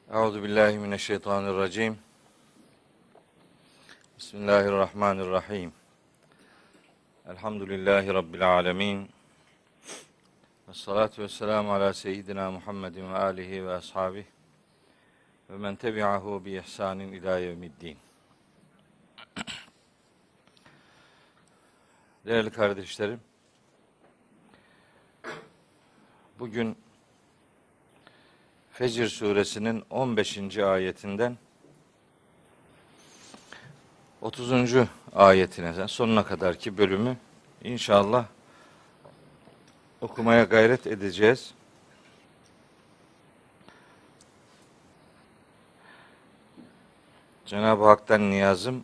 Euzubillahimineşşeytanirracim. Bismillahirrahmanirrahim. Elhamdülillahi Rabbil alemin. Vessalatu vesselamu ala seyyidina Muhammedin ve alihi ve ashabihi ve men tebi'ahu bi ihsanin ila yevmiddin. Değerli kardeşlerim, bugün Fecr suresinin 15. ayetinden 30. ayetine sonuna kadarki bölümü inşallah okumaya gayret edeceğiz. Cenab-ı Hak'tan niyazım,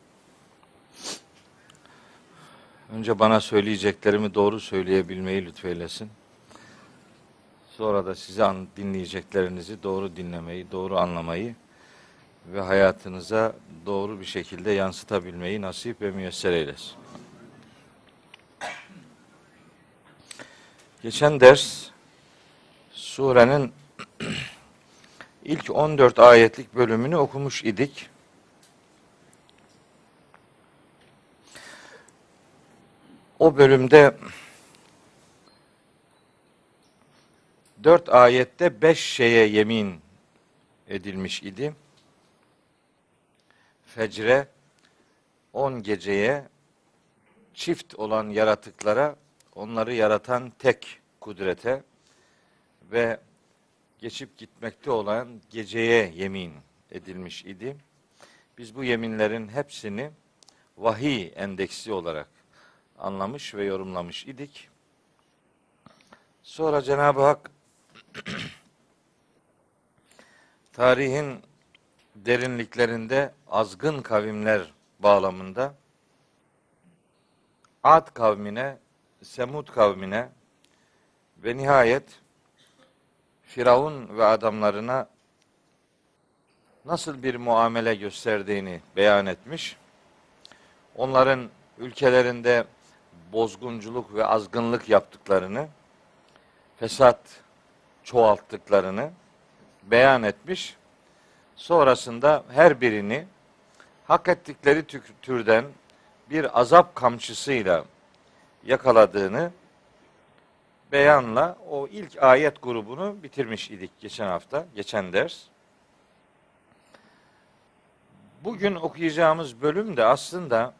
önce bana söyleyeceklerimi doğru söyleyebilmeyi lütfeylesin. Sonra da size dinleyeceklerinizi doğru dinlemeyi, doğru anlamayı ve hayatınıza doğru bir şekilde yansıtabilmeyi nasip ve müyesser eylesin. Geçen ders surenin ilk 14 ayetlik bölümünü okumuş idik. O bölümde 4 ayette 5 şeye yemin edilmiş idi. Fecre, 10 geceye, çift olan yaratıklara, onları yaratan tek kudrete ve geçip gitmekte olan geceye yemin edilmiş idi. Biz bu yeminlerin hepsini vahiy endeksli olarak anlamış ve yorumlamış idik. Sonra Cenab-ı Hak tarihin derinliklerinde azgın kavimler bağlamında Ad kavmine, Semud kavmine ve nihayet Firavun ve adamlarına nasıl bir muamele gösterdiğini beyan etmiş. Onların ülkelerinde bozgunculuk ve azgınlık yaptıklarını, fesat çoğalttıklarını beyan etmiş. Sonrasında her birini hak ettikleri türden bir azap kamçısıyla yakaladığını beyanla o ilk ayet grubunu bitirmiş idik geçen hafta, geçen ders. Bugün okuyacağımız bölüm de aslında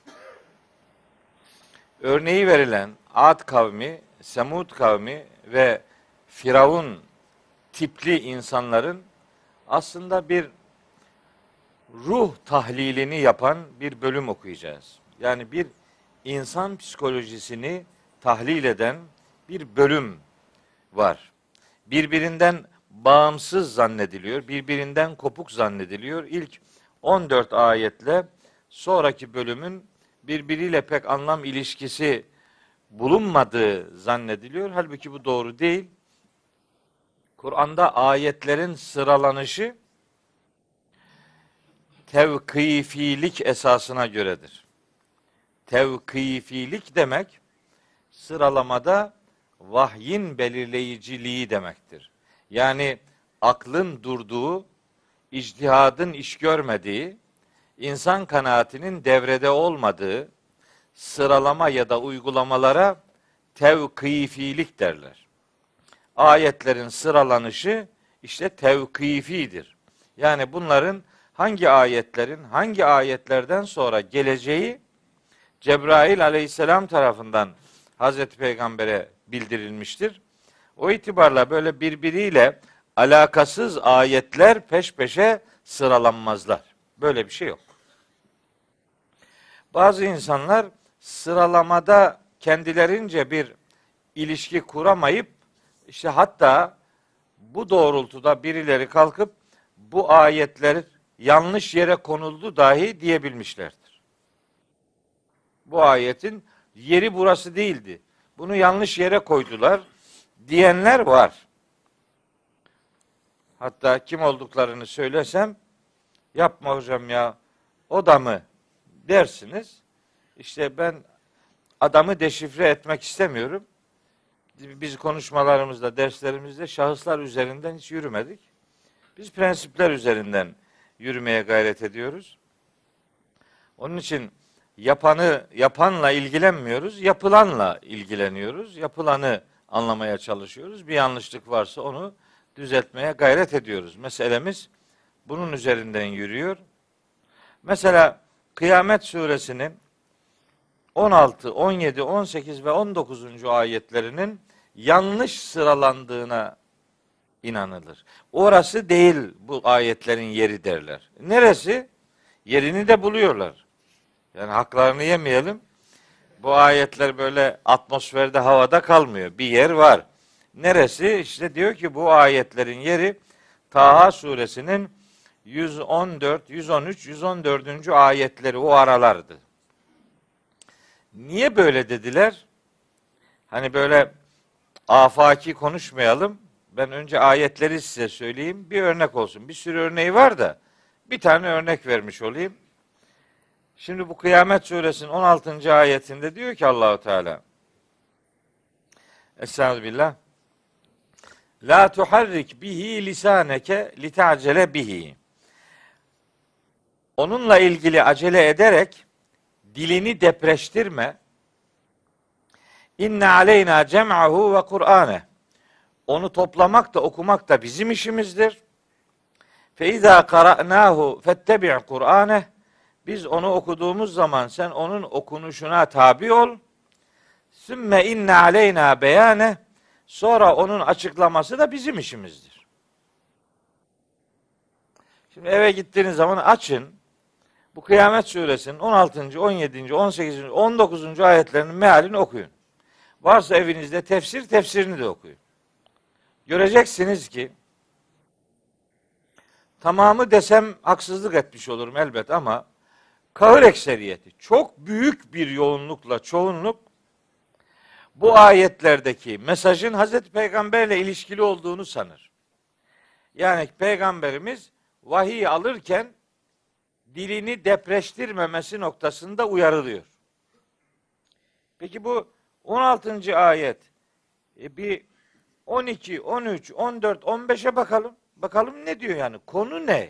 örneği verilen Ad kavmi, Semud kavmi ve Firavun tipli insanların aslında bir ruh tahlilini yapan bir bölüm okuyacağız. Yani bir insan psikolojisini tahlil eden bir bölüm var. Birbirinden bağımsız zannediliyor, birbirinden kopuk zannediliyor. İlk 14 ayetle sonraki bölümün birbiriyle pek anlam ilişkisi bulunmadığı zannediliyor. Halbuki bu doğru değil. Kur'an'da ayetlerin sıralanışı tevkifilik esasına göredir. Tevkifilik demek sıralamada vahyin belirleyiciliği demektir. Yani aklın durduğu, içtihadın iş görmediği, insan kanaatinin devrede olmadığı sıralama ya da uygulamalara tevkifilik derler. Ayetlerin sıralanışı işte tevkifidir. Yani bunların hangi ayetlerin hangi ayetlerden sonra geleceği Cebrail aleyhisselam tarafından Hazreti Peygamber'e bildirilmiştir. O itibarla böyle birbiriyle alakasız ayetler peş peşe sıralanmazlar. Böyle bir şey yok. Bazı insanlar sıralamada kendilerince bir ilişki kuramayıp işte hatta bu doğrultuda birileri kalkıp bu ayetler yanlış yere konuldu dahi diyebilmişlerdir. Bu ayetin yeri burası değildi. Bunu yanlış yere koydular diyenler var. Hatta kim olduklarını söylesem yapma hocam ya o da mı dersiniz. İşte ben adamı deşifre etmek istemiyorum. Biz konuşmalarımızda, derslerimizde şahıslar üzerinden hiç yürümedik. Biz prensipler üzerinden yürümeye gayret ediyoruz. Onun için yapanla ilgilenmiyoruz, yapılanla ilgileniyoruz. Yapılanı anlamaya çalışıyoruz. Bir yanlışlık varsa onu düzeltmeye gayret ediyoruz. Meselemiz bunun üzerinden yürüyor. Mesela Kıyamet Suresinin 16, 17, 18 ve 19. ayetlerinin yanlış sıralandığına inanılır. Orası değil bu ayetlerin yeri derler. Neresi? Yerini de buluyorlar. Yani haklarını yemeyelim. Bu ayetler böyle atmosferde, havada kalmıyor. Bir yer var. Neresi? İşte diyor ki bu ayetlerin yeri Taha suresinin 114, 113, 114. ayetleri o aralardı. Niye böyle dediler? Hani böyle afaki konuşmayalım. Ben önce ayetleri size söyleyeyim. Bir örnek olsun. Bir sürü örneği var da bir tane örnek vermiş olayım. Şimdi bu Kıyamet Suresinin 16. ayetinde diyor ki Allahu Teala Estağfirullah. La tuharrik bihi lisaneke litacele bihi. Onunla ilgili acele ederek dilini depreştirme. İnne aleyna cem'ahu ve Kur'ane. Onu toplamak da okumak da bizim işimizdir. Fe izâ qara'nâhu fettebi' Kur'ane. Biz onu okuduğumuz zaman sen onun okunuşuna tabi ol. Sümme inne aleyna beyane. Sonra onun açıklaması da bizim işimizdir. Şimdi eve gittiğiniz zaman açın. Bu Kıyamet Suresinin 16. 17. 18. 19. ayetlerinin mealini okuyun. Varsa evinizde tefsirini de okuyun. Göreceksiniz ki tamamı desem haksızlık etmiş olurum elbet ama kahır ekseriyeti, çok büyük bir yoğunlukla çoğunluk bu ayetlerdeki mesajın Hazreti Peygamberle ilişkili olduğunu sanır. Yani Peygamberimiz vahiy alırken dilini depreştirmemesi noktasında uyarılıyor. Peki bu 16. ayet bir 12, 13, 14, 15'e bakalım. Bakalım ne diyor yani? Konu ne?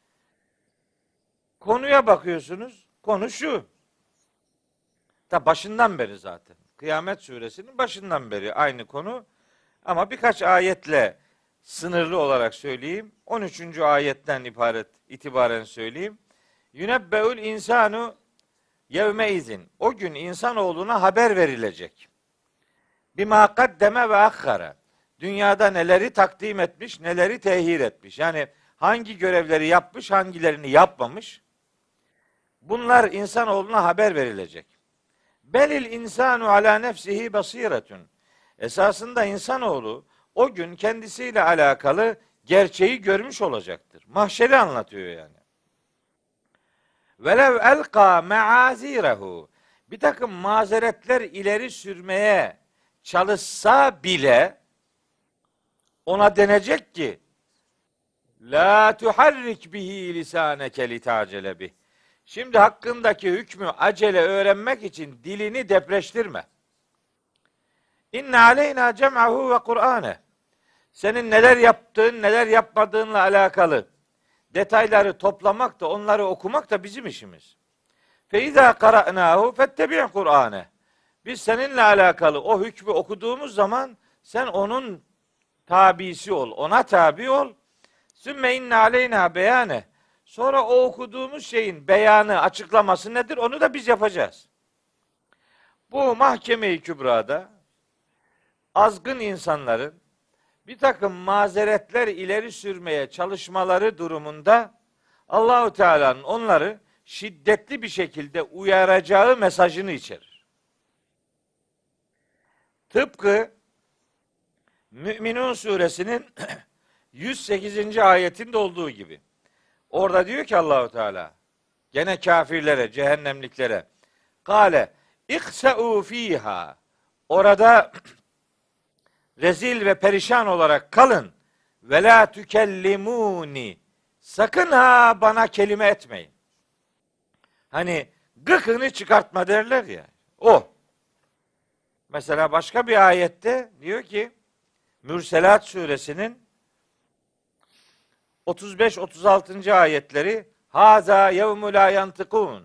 Konuya bakıyorsunuz. Konu şu. Ta başından beri zaten. Kıyamet Suresinin başından beri aynı konu. Ama birkaç ayetle sınırlı olarak söyleyeyim. 13. ayetten itibaren söyleyeyim. Yünebbeül insanu yevme izin. O gün insanoğluna haber verilecek. Bima kaddeme ve akhara. Dünyada neleri takdim etmiş, neleri tehir etmiş. Yani hangi görevleri yapmış, hangilerini yapmamış. Bunlar insanoğluna haber verilecek. Belil insanu ala nefsihi basiretun. Esasında insanoğlu o gün kendisiyle alakalı gerçeği görmüş olacaktır. Mahşeri anlatıyor yani. Velev elqa meazirehu. Bir takım mazeretler ileri sürmeye çalışsa bile ona denecek ki la tuharrik bihi lisaneke litacele bih. Şimdi hakkındaki hükmü acele öğrenmek için dilini depreştirme. İnne aleyna cem'ahu ve Kur'ane. Senin neler yaptığın, neler yapmadığınla alakalı detayları toplamak da onları okumak da bizim işimiz. Fe izâ qara'nâhu fettebi' Kur'ane. Biz seninle alakalı o hükmü okuduğumuz zaman sen onun tabisi ol, ona tabi ol. Sümme inne aleyna beyane. Sonra o okuduğumuz şeyin beyanı, açıklaması nedir? Onu da biz yapacağız. Bu Mahkeme-i Kübra'da azgın insanların bir takım mazeretler ileri sürmeye çalışmaları durumunda Allahu Teala'nın onları şiddetli bir şekilde uyaracağı mesajını içerir. Tıpkı Mü'minun suresinin 108. ayetinde olduğu gibi. Orada diyor ki Allahu Teala gene kafirlere, cehennemliklere kâle ihsa'u fiha. Orada rezil ve perişan olarak kalın. Ve la tükellimuni. Sakın ha bana kelime etmeyin. Hani gıkını çıkartma derler ya. O. Mesela başka bir ayette diyor ki Mürselat suresinin 35-36. ayetleri Haza yevmü la yantıkun.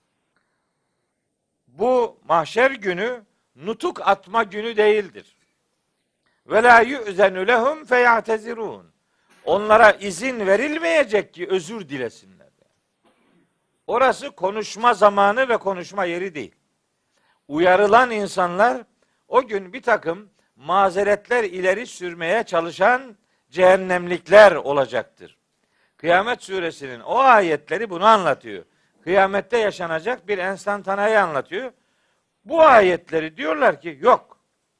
Bu mahşer günü nutuk atma günü değildir. Ve la yu'zenu lehum feyatezirun. Onlara izin verilmeyecek ki özür dilesinler. Orası konuşma zamanı ve konuşma yeri değil. Uyarılan insanlar o gün bir takım mazeretler ileri sürmeye çalışan cehennemlikler olacaktır. Kıyamet suresinin o ayetleri bunu anlatıyor. Kıyamette yaşanacak bir enstantanayı anlatıyor. Bu ayetleri diyorlar ki yok.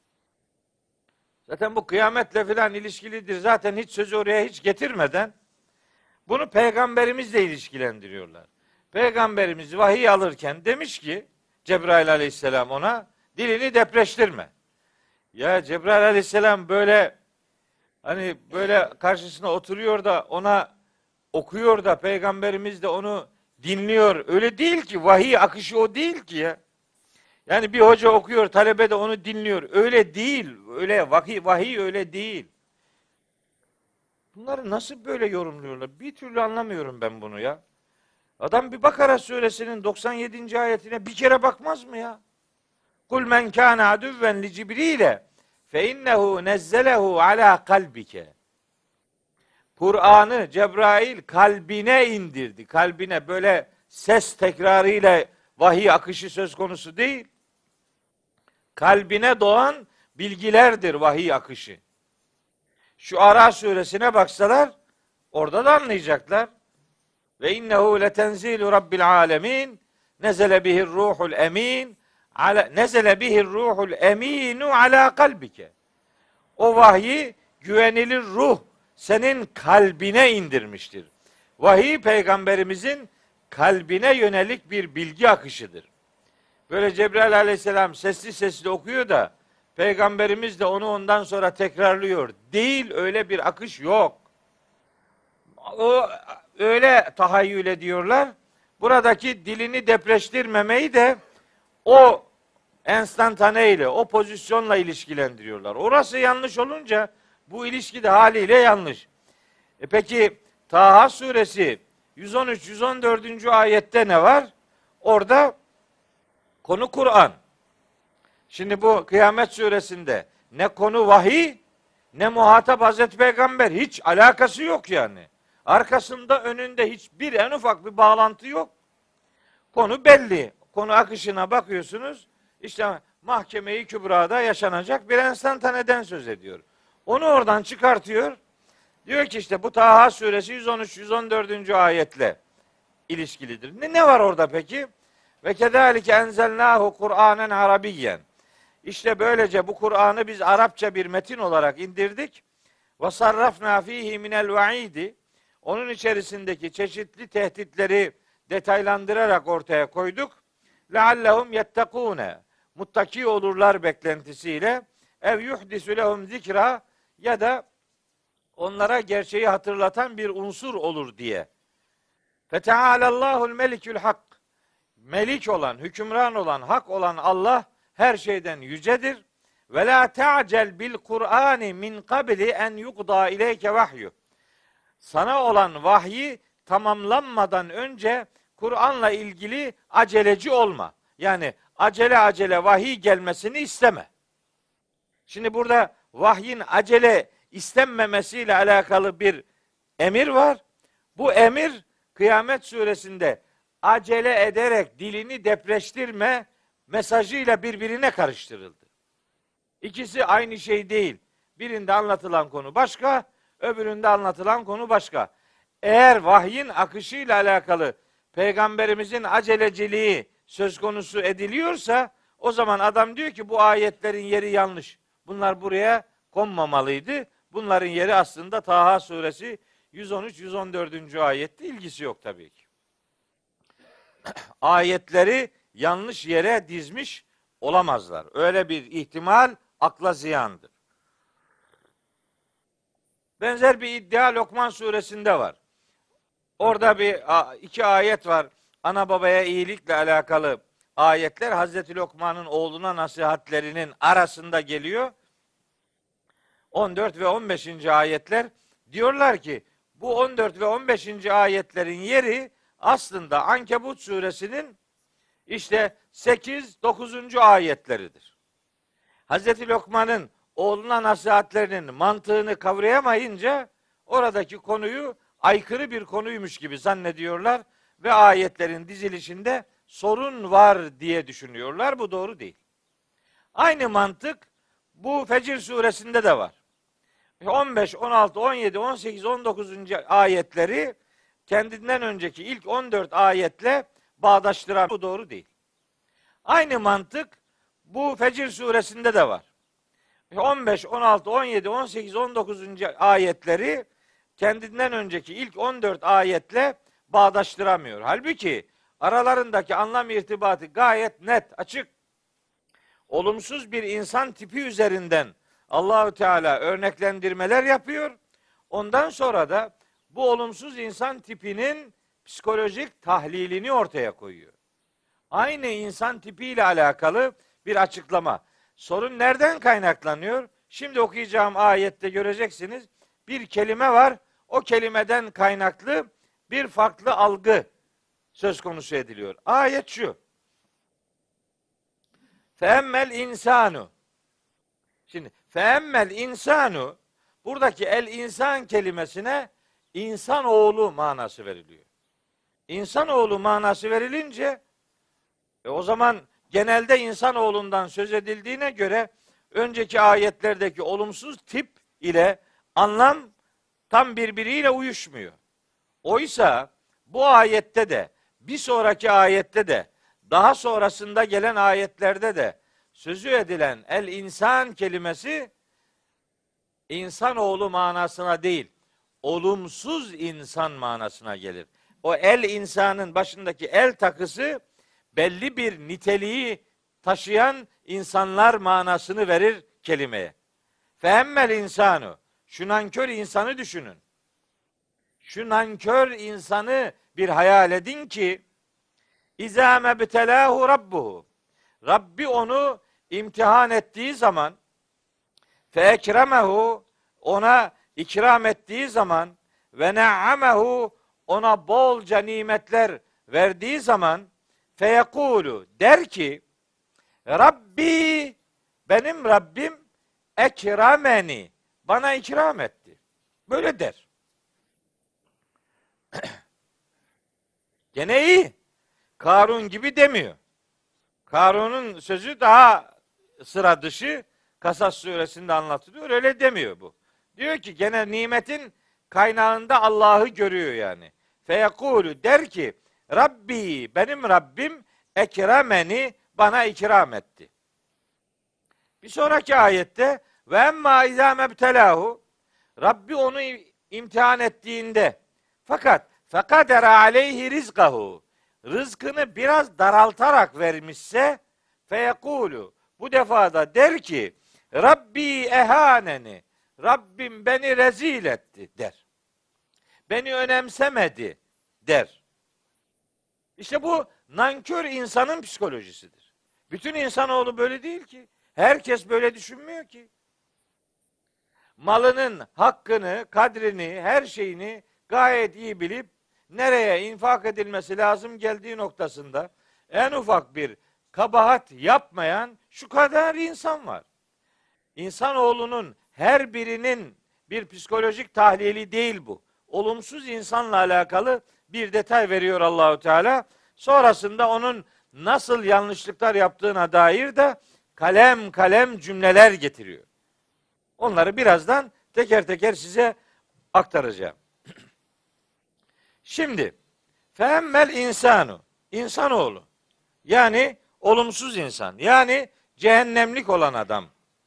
Zaten bu kıyametle filan ilişkilidir. Zaten hiç sözü oraya hiç getirmeden bunu peygamberimizle ilişkilendiriyorlar. Peygamberimiz vahiy alırken demiş ki Cebrail aleyhisselam ona dilini depreştirme. Ya Cebrail aleyhisselam böyle hani böyle karşısına oturuyor da ona okuyor da peygamberimiz de onu dinliyor. Öyle değil ki, vahiy akışı o değil ki ya. Yani bir hoca okuyor, talebe de onu dinliyor. Öyle değil. Öyle vahiy öyle değil. Bunları nasıl böyle yorumluyorlar? Bir türlü anlamıyorum ben bunu ya. Adam bir Bakara suresinin 97. ayetine bir kere bakmaz mı ya? Kul men kana aduven li Cibril'e fe innehu nezzelehu ala kalbike. Kur'an'ı Cebrail kalbine indirdi. Kalbine böyle ses tekrarıyla vahiy akışı söz konusu değil. Kalbine doğan bilgilerdir vahiy akışı. Şu Ara suresine baksalar orada da anlayacaklar. Ve innehu letenzilu rabbil alemin nezele bihir ruhul emin nezele bihir ruhul eminu ala kalbike. O vahyi güvenilir ruh senin kalbine indirmiştir. Vahiy peygamberimizin kalbine yönelik bir bilgi akışıdır. Böyle Cebrail aleyhisselam sesli sesli okuyor da peygamberimiz de onu ondan sonra tekrarlıyor. Değil, öyle bir akış yok. O öyle tahayyül ediyorlar. Buradaki dilini depreştirmemeyi de o enstantane ile, o pozisyonla ilişkilendiriyorlar. Orası yanlış olunca bu ilişki de haliyle yanlış. Peki Taha suresi 113-114. ayette ne var? Orada konu Kur'an. Şimdi bu Kıyamet suresinde ne konu vahiy ne muhatap Hazreti Peygamber, hiç alakası yok yani. Arkasında önünde hiçbir en ufak bir bağlantı yok. Konu belli. Konu akışına bakıyorsunuz. İşte mahkeme-i kübrada yaşanacak bir enstantaneden söz ediyor. Onu oradan çıkartıyor. Diyor ki işte bu Taha suresi 113-114. ayetle ilişkilidir. Ne var orada peki? Ve kedalike enzelnahu Kur'anen Arabiyyen. İşte böylece bu Kur'an'ı biz Arapça bir metin olarak indirdik. Ve sarrafna fihi minel vaidi. Onun içerisindeki çeşitli tehditleri detaylandırarak ortaya koyduk. Leallehum yettekûne. Muttaki olurlar beklentisiyle. Ev yuhdisu lehum zikra, ya da onlara gerçeği hatırlatan bir unsur olur diye. Feteâlellâhul melikül hak. Melik olan, hükümran olan, hak olan Allah her şeyden yücedir. Ve la ta'cel bil Kur'ani min qabli en yuqda ileyke vahyu. Sana olan vahyi tamamlanmadan önce Kur'an'la ilgili aceleci olma. Yani acele vahiy gelmesini isteme. Şimdi burada vahyin acele istenmemesiyle alakalı bir emir var. Bu emir Kıyamet suresinde acele ederek dilini depreştirme mesajıyla birbirine karıştırıldı. İkisi aynı şey değil. Birinde anlatılan konu başka, öbüründe anlatılan konu başka. Eğer vahyin akışıyla alakalı peygamberimizin aceleciliği söz konusu ediliyorsa, o zaman adam diyor ki bu ayetlerin yeri yanlış. Bunlar buraya konmamalıydı. Bunların yeri aslında Taha suresi 113-114. ayette, ilgisi yok tabii ki. Ayetleri yanlış yere dizmiş olamazlar. Öyle bir ihtimal akla ziyandır. Benzer bir iddia Lokman suresinde var. Orada iki ayet var. Ana babaya iyilikle alakalı ayetler Hazreti Lokman'ın oğluna nasihatlerinin arasında geliyor. 14 ve 15. ayetler diyorlar ki Bu 14 ve 15. ayetlerin yeri aslında Ankebut suresinin işte 8, 9. ayetleridir. Hazreti Lokman'ın oğluna nasihatlerinin mantığını kavrayamayınca oradaki konuyu aykırı bir konuymuş gibi zannediyorlar ve ayetlerin dizilişinde sorun var diye düşünüyorlar. Bu doğru değil. Aynı mantık bu Fecr suresinde de var. 15, 16, 17, 18, 19. ayetleri kendinden önceki ilk 14 ayetle bağdaştıran bu doğru değil. Aynı mantık bu Fecr suresinde de var. 15, 16, 17, 18, 19. ayetleri kendinden önceki ilk 14 ayetle bağdaştıramıyor. Halbuki aralarındaki anlam irtibatı gayet net, açık. Olumsuz bir insan tipi üzerinden Allahü Teala örneklendirmeler yapıyor. Ondan sonra da bu olumsuz insan tipinin psikolojik tahlilini ortaya koyuyor. Aynı insan tipiyle alakalı bir açıklama. Sorun nereden kaynaklanıyor? Şimdi okuyacağım ayette göreceksiniz. Bir kelime var. O kelimeden kaynaklı bir farklı algı söz konusu ediliyor. Ayet şu. Feemmel insanu. Şimdi feemmel insanu, buradaki el insan kelimesine insanoğlu manası veriliyor. İnsanoğlu manası verilince o zaman genelde insanoğlundan söz edildiğine göre önceki ayetlerdeki olumsuz tip ile anlam tam birbiriyle uyuşmuyor. Oysa bu ayette de, bir sonraki ayette de, daha sonrasında gelen ayetlerde de sözü edilen el insan kelimesi insanoğlu manasına değil, olumsuz insan manasına gelir. O el insanın başındaki el takısı belli bir niteliği taşıyan insanlar manasını verir kelimeye. Fehemmel insanu. Şu nankör insanı düşünün. Şu nankör insanı bir hayal edin ki İzâ mebtelâhu rabbuhu. Rabbi onu imtihan ettiği zaman fe ekremehu, ona ikram ettiği zaman ve ne'amehu, ona bolca nimetler verdiği zaman feyekulu, der ki Rabbi, benim Rabbim ekrameni, bana ikram etti. Böyle der. Gene iyi. Karun gibi demiyor. Karun'un sözü daha sıra dışı. Kasas suresinde anlatılıyor. Öyle demiyor bu. Diyor ki gene nimetin kaynağında Allah'ı görüyor yani. Feyekulu, der ki Rabbi, benim Rabbim ekrameni, bana ikram etti. Bir sonraki ayette ve emma izâ mebtelâhu, Rabbi onu imtihan ettiğinde fakat fekadere aleyhi rizkahu, rızkını biraz daraltarak vermişse feyekulu, bu defa da der ki Rabbi ehaneni, Rabbim beni rezil etti der. Beni önemsemedi der. İşte bu nankör insanın psikolojisidir. Bütün insanoğlu böyle değil ki. Herkes böyle düşünmüyor ki. Malının hakkını, kadrini, her şeyini gayet iyi bilip nereye infak edilmesi lazım geldiği noktasında en ufak bir kabahat yapmayan şu kadar insan var. İnsanoğlunun her birinin bir psikolojik tahlili değil bu. Olumsuz insanla alakalı bir detay veriyor Allahu Teala. Sonrasında onun nasıl yanlışlıklar yaptığına dair de kalem kalem cümleler getiriyor. Onları birazdan teker teker size aktaracağım. Şimdi fehemmel insanu, insanoğlu, yani olumsuz insan, yani cehennemlik olan adam.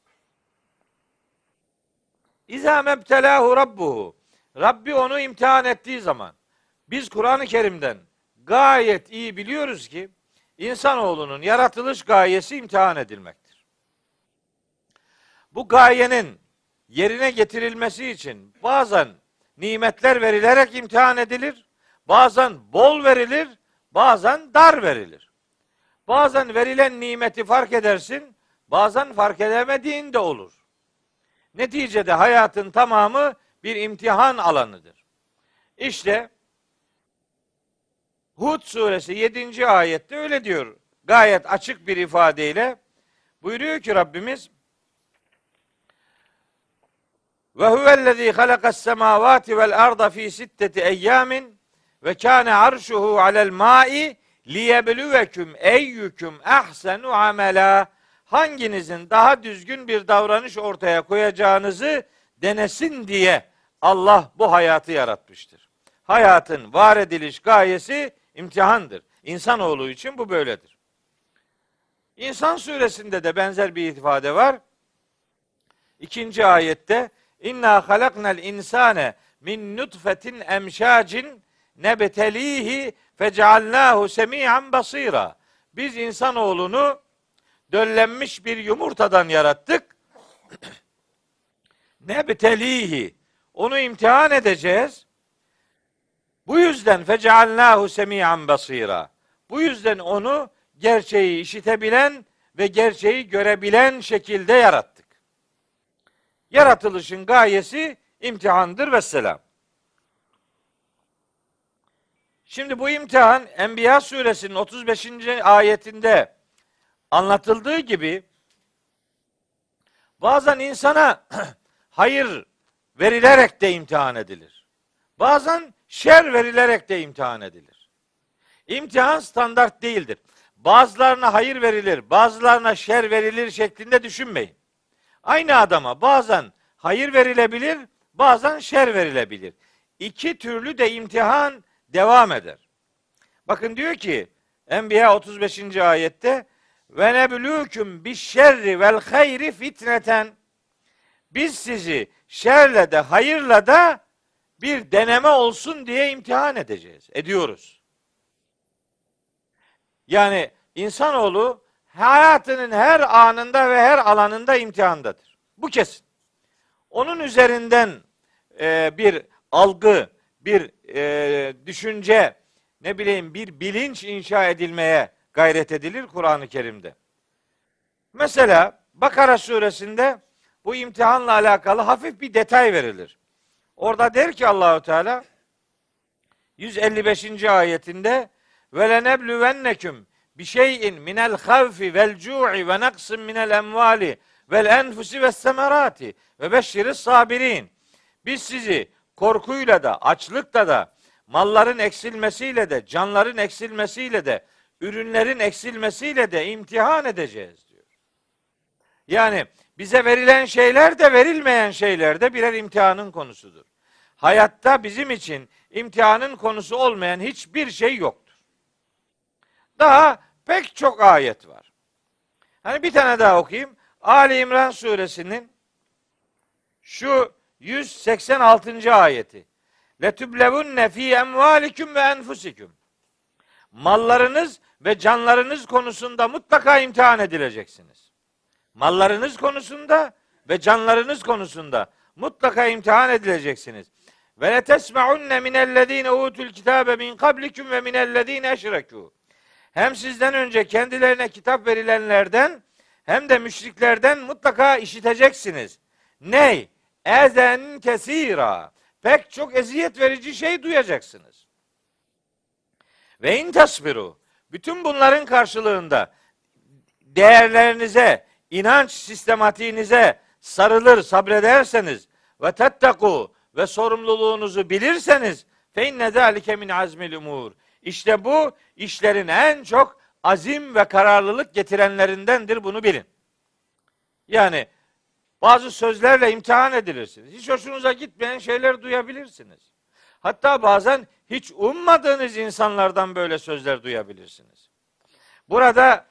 İzâ mebtelâhu rabbuhu, Rabbi onu imtihan ettiği zaman, biz Kur'an-ı Kerim'den gayet iyi biliyoruz ki insanoğlunun yaratılış gayesi imtihan edilmektir. Bu gayenin yerine getirilmesi için bazen nimetler verilerek imtihan edilir, bazen bol verilir, bazen dar verilir. Bazen verilen nimeti fark edersin, bazen fark edemediğin de olur. Neticede hayatın tamamı bir imtihan alanıdır. İşte Hud suresi 7. ayette öyle diyor. Gayet açık bir ifadeyle buyuruyor ki Rabbimiz ve huvellezî halakas semâvâti vel arda fî sitteti eyyâmin ve kâne arşuhu alel mâ'i liyebluvekum eyyukum ahsenu amela. Hanginizin daha düzgün bir davranış ortaya koyacağınızı denesin diye Allah bu hayatı yaratmıştır. Hayatın var ediliş gayesi imtihandır. İnsanoğlu için bu böyledir. İnsan suresinde de benzer bir ifade var. 2. ayette İnna halaknal insane min nutfetin emşacin nebtelihi fecealnahu semi'an basira. Biz insanoğlunu döllenmiş bir yumurtadan yarattık. Nebtelihi. Onu imtihan edeceğiz. Bu yüzden fecealnahu semi'an basira. Bu yüzden onu gerçeği işitebilen ve gerçeği görebilen şekilde yarattık. Yaratılışın gayesi imtihandır vesselam. Şimdi bu imtihan Enbiya suresinin 35. ayetinde anlatıldığı gibi bazen insana hayır verilerek de imtihan edilir. Bazen şer verilerek de imtihan edilir. İmtihan standart değildir. Bazılarına hayır verilir, bazılarına şer verilir şeklinde düşünmeyin. Aynı adama bazen hayır verilebilir, bazen şer verilebilir. İki türlü de imtihan devam eder. Bakın diyor ki Enbiya 35. ayette ve neblûküm bişşerri vel hayri fitneten. Biz sizi şerle de hayırla da bir deneme olsun diye imtihan edeceğiz. Ediyoruz. Yani insanoğlu hayatının her anında ve her alanında imtihandadır. Bu kesin. Onun üzerinden bir algı, bir düşünce, ne bileyim bir bilinç inşa edilmeye gayret edilir Kur'an-ı Kerim'de. Mesela Bakara suresinde bu imtihanla alakalı hafif bir detay verilir. Orada der ki Allahu Teala 155. ayetinde ve lenebluvennekum bi şey'in minel havfi vel cu'i ve naqsin minel emvali vel enfusi ve semerati ve beşşiris sabirin. Biz sizi korkuyla da, açlıkla da, malların eksilmesiyle de, canların eksilmesiyle de, ürünlerin eksilmesiyle de imtihan edeceğiz diyor. Yani bize verilen şeyler de verilmeyen şeyler de birer imtihanın konusudur. Hayatta bizim için imtihanın konusu olmayan hiçbir şey yoktur. Daha pek çok ayet var. Hani bir tane daha okuyayım. Ali İmran suresinin şu 186. ayeti. Letüblevunne fî emvâliküm ve enfusiküm. Mallarınız ve canlarınız konusunda mutlaka imtihan edileceksiniz. Mallarınız konusunda ve canlarınız konusunda mutlaka imtihan edileceksiniz. Ve letesma'unne minellezîne utul kitâbe min kablikum ve minellezîne eşrekû. Hem sizden önce kendilerine kitap verilenlerden hem de müşriklerden mutlaka işiteceksiniz. Ney? Ezen kesira. Pek çok eziyet verici şey duyacaksınız. Ve in tasbiru. Bütün bunların karşılığında değerlerinize, inanç sistematiğinize sarılır, sabrederseniz ve tettaku ve sorumluluğunuzu bilirseniz fe inne zâlike min azmil umur. İşte bu işlerin en çok azim ve kararlılık getirenlerindendir, bunu bilin. Yani bazı sözlerle imtihan edilirsiniz. Hiç hoşunuza gitmeyen şeyler duyabilirsiniz. Hatta bazen hiç ummadığınız insanlardan böyle sözler duyabilirsiniz. Burada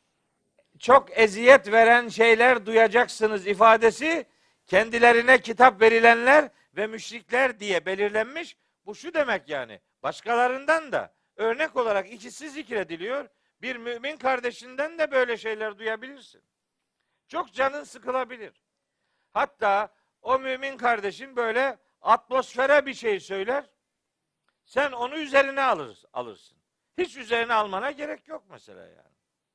çok eziyet veren şeyler duyacaksınız ifadesi kendilerine kitap verilenler ve müşrikler diye belirlenmiş. Bu şu demek yani. Başkalarından da örnek olarak ikisi zikrediliyor. Bir mümin kardeşinden de böyle şeyler duyabilirsin. Çok canın sıkılabilir. Hatta o mümin kardeşin böyle atmosfere bir şey söyler. Sen onu üzerine alırsın. Hiç üzerine almana gerek yok mesela yani.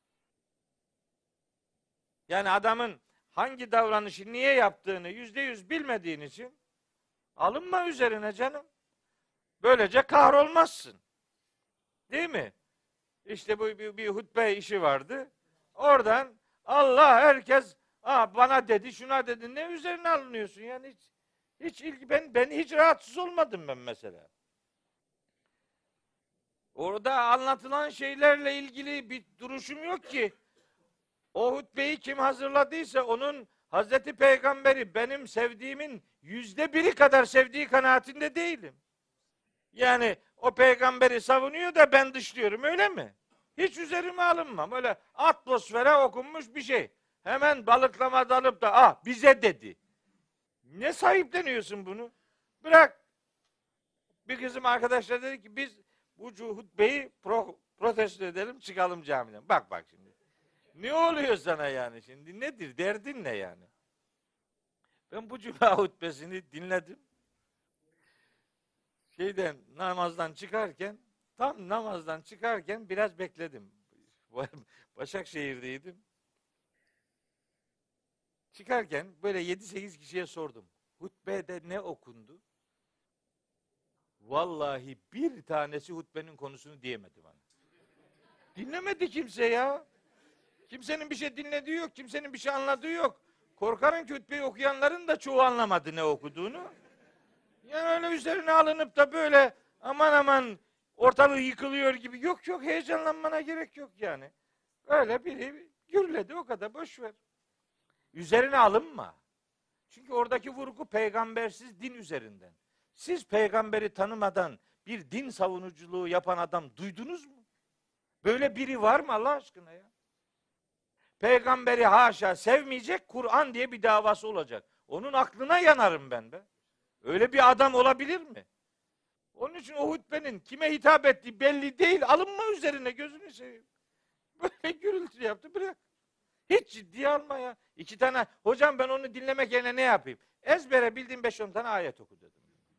Yani adamın hangi davranışı niye yaptığını %100 bilmediğin için alınma üzerine canım. Böylece kahrolmazsın. Değil mi? İşte bu bir hutbe işi vardı. Oradan Allah herkes bana dedi, şuna dedi. Ne üzerine alınıyorsun? Yani hiç ilgi ben hiç rahatsız olmadım ben mesela. Orada anlatılan şeylerle ilgili bir duruşum yok ki. O hutbeyi kim hazırladıysa onun Hazreti Peygamberi benim sevdiğimin %1'i kadar sevdiği kanaatinde değilim. Yani o peygamberi savunuyor da ben dışlıyorum, öyle mi? Hiç üzerime alınmam. Öyle atmosfere okunmuş bir şey. Hemen balıklama dalıp da bize dedi. Ne sahipleniyorsun bunu? Bırak. Bir kızım arkadaşlar dedi ki biz bu hutbeyi protesto edelim, çıkalım camiden. Bak şimdi. Ne oluyor sana yani şimdi? Nedir? Derdin ne yani? Ben bu cuma hutbesini dinledim. Tam namazdan çıkarken biraz bekledim. Başakşehir'deydim. Çıkarken böyle 7-8 kişiye sordum. Hutbede ne okundu? Vallahi bir tanesi hutbenin konusunu diyemedi bana. Dinlemedi kimse ya. Kimsenin bir şey dinlediği yok. Kimsenin bir şey anladığı yok. Korkarım ki hutbeyi okuyanların da çoğu anlamadı ne okuduğunu. Yani öyle üzerine alınıp da böyle aman aman ortalığı yıkılıyor gibi. Yok heyecanlanmana gerek yok yani. Öyle biri gürledi, o kadar, boş ver. Üzerine alınma. Çünkü oradaki vurgu peygambersiz din üzerinden. Siz peygamberi tanımadan bir din savunuculuğu yapan adam duydunuz mu? Böyle biri var mı Allah aşkına ya? Peygamberi haşa sevmeyecek, Kur'an diye bir davası olacak. Onun aklına yanarım ben be. Öyle bir adam olabilir mi? Onun için o hutbenin kime hitap ettiği belli değil. Alınma üzerine, gözünü seveyim. Böyle gürültü yaptı, bırak. Hiç ciddiye alma ya. 2 tane, hocam ben onu dinlemek yerine ne yapayım? Ezbere bildiğim 5-10 tane ayet oku dedim.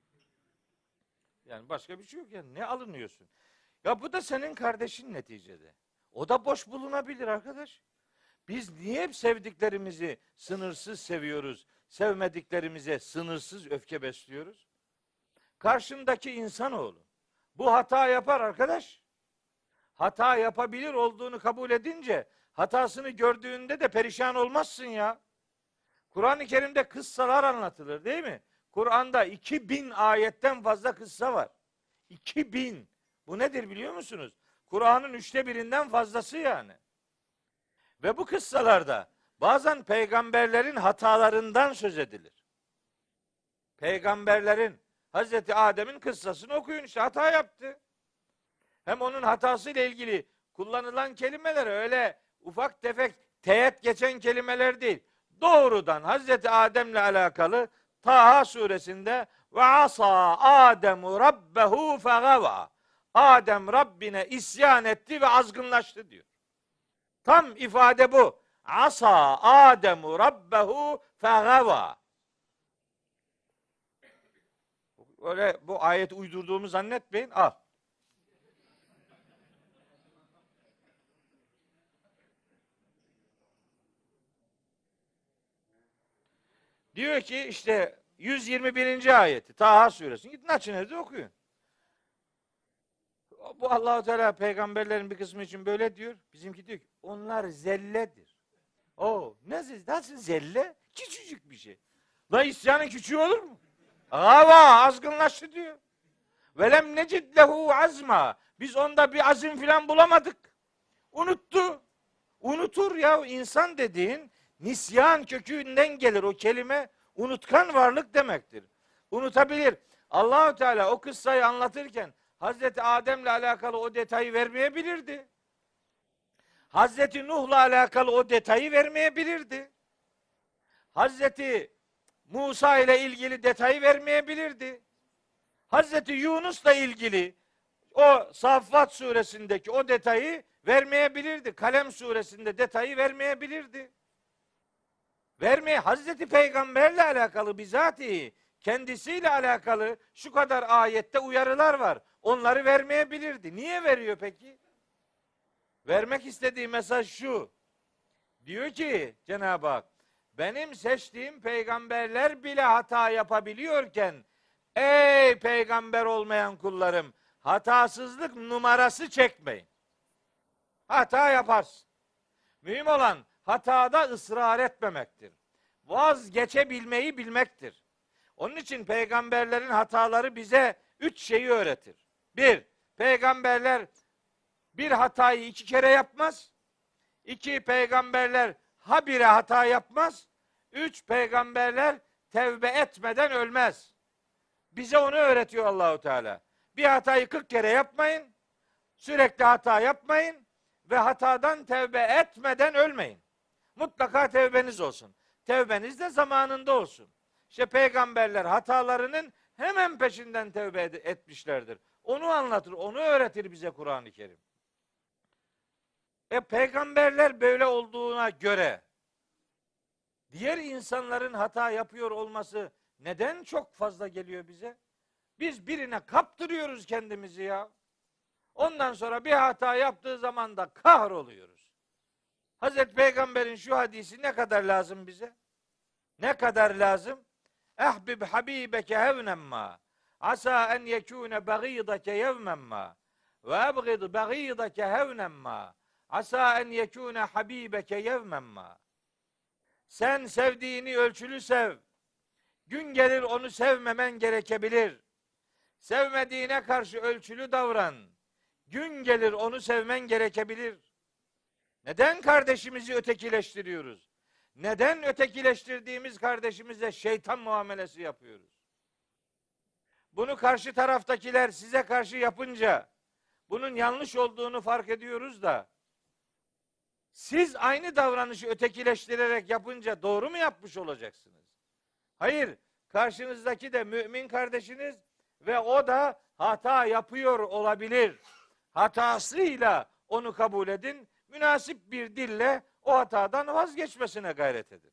Yani başka bir şey yok yani. Ne alınıyorsun? Ya bu da senin kardeşin neticede. O da boş bulunabilir arkadaş. Biz niye hep sevdiklerimizi sınırsız seviyoruz? Sevmediklerimize sınırsız öfke besliyoruz? Karşındaki insanoğlu bu hata yapar arkadaş. Hata yapabilir olduğunu kabul edince hatasını gördüğünde de perişan olmazsın ya. Kur'an-ı Kerim'de kıssalar anlatılır değil mi? Kur'an'da 2000 ayetten fazla kıssa var. 2000. Bu nedir biliyor musunuz? Kur'an'ın 1/3'ünden fazlası yani. Ve bu kıssalarda bazen peygamberlerin hatalarından söz edilir. Peygamberlerin, Hazreti Adem'in kıssasını okuyun, işte hata yaptı. Hem onun hatasıyla ilgili kullanılan kelimeler öyle ufak tefek teğet geçen kelimeler değil. Doğrudan Hazreti Adem'le alakalı Taha suresinde ve asa Ademu rabbehu fegava. Adem Rabbine isyan etti ve azgınlaştı diyor. Tam ifade bu. Asa Ademu rabbehu fegava. Öyle bu ayeti uydurduğumu zannetmeyin. Al. Diyor ki işte 121. ayeti Taha suresi. Gidin açın evde okuyun. Bu Allah-u Teala peygamberlerin bir kısmı için böyle diyor. Bizimki diyor ki onlar zelledir. Nasıl zelle? Küçücük bir şey. La isyanın küçüğü olur mu? Gava azgınlaştı diyor. Velem necid lehu azma. Biz onda bir azim filan bulamadık. Unuttu. Unutur ya, insan dediğin nisyan kökünden gelir o kelime, unutkan varlık demektir. Unutabilir. Allahu Teala o kıssayı anlatırken Hazreti Adem'le alakalı o detayı vermeyebilirdi. Hazreti Nuh'la alakalı o detayı vermeyebilirdi. Hazreti Musa ile ilgili detayı vermeyebilirdi. Hazreti Yunus'la ilgili o Saffat suresindeki o detayı vermeyebilirdi. Kalem suresinde detayı vermeyebilirdi. Hazreti Peygamberle alakalı bizatihi kendisiyle alakalı şu kadar ayette uyarılar var. Onları vermeyebilirdi. Niye veriyor peki? Vermek istediği mesaj şu. Diyor ki Cenab-ı Hak, benim seçtiğim peygamberler bile hata yapabiliyorken Ey peygamber olmayan kullarım, hatasızlık numarası çekmeyin. Hata yaparsın. Mühim olan hatada ısrar etmemektir. Vazgeçebilmeyi bilmektir. Onun için peygamberlerin hataları bize 3 şeyi öğretir. 1. Peygamberler bir hatayı 2 kere yapmaz. 2. Peygamberler habire hata yapmaz. 3. Peygamberler tevbe etmeden ölmez. Bize onu öğretiyor Allahu Teala. Bir hatayı 40 kere yapmayın. Sürekli hata yapmayın ve hatadan tevbe etmeden ölmeyin. Mutlaka tevbeniz olsun. Tevbeniz de zamanında olsun. İşte peygamberler hatalarının hemen peşinden tevbe etmişlerdir. Onu anlatır, onu öğretir bize Kur'an-ı Kerim. Peygamberler böyle olduğuna göre diğer insanların hata yapıyor olması neden çok fazla geliyor bize? Biz birine kaptırıyoruz kendimizi ya. Ondan sonra bir hata yaptığı zaman da kahroluyoruz. Hazreti Peygamber'in şu hadisi ne kadar lazım bize? Ne kadar lazım? Ehbib habibeke hevnemma asa en yekune bagidake yevmemma ve ebgid bagidake hevnemma asa en yekune habibeke yevmemma. Sen sevdiğini ölçülü sev. Gün gelir onu sevmemen gerekebilir. Sevmediğine karşı ölçülü davran. Gün gelir onu sevmen gerekebilir. Neden kardeşimizi ötekileştiriyoruz? Neden ötekileştirdiğimiz kardeşimize şeytan muamelesi yapıyoruz? Bunu karşı taraftakiler size karşı yapınca bunun yanlış olduğunu fark ediyoruz da siz aynı davranışı ötekileştirerek yapınca doğru mu yapmış olacaksınız? Hayır, karşınızdaki de mümin kardeşiniz ve o da hata yapıyor olabilir. Hatasıyla onu kabul edin, münasip bir dille o hatadan vazgeçmesine gayret edin.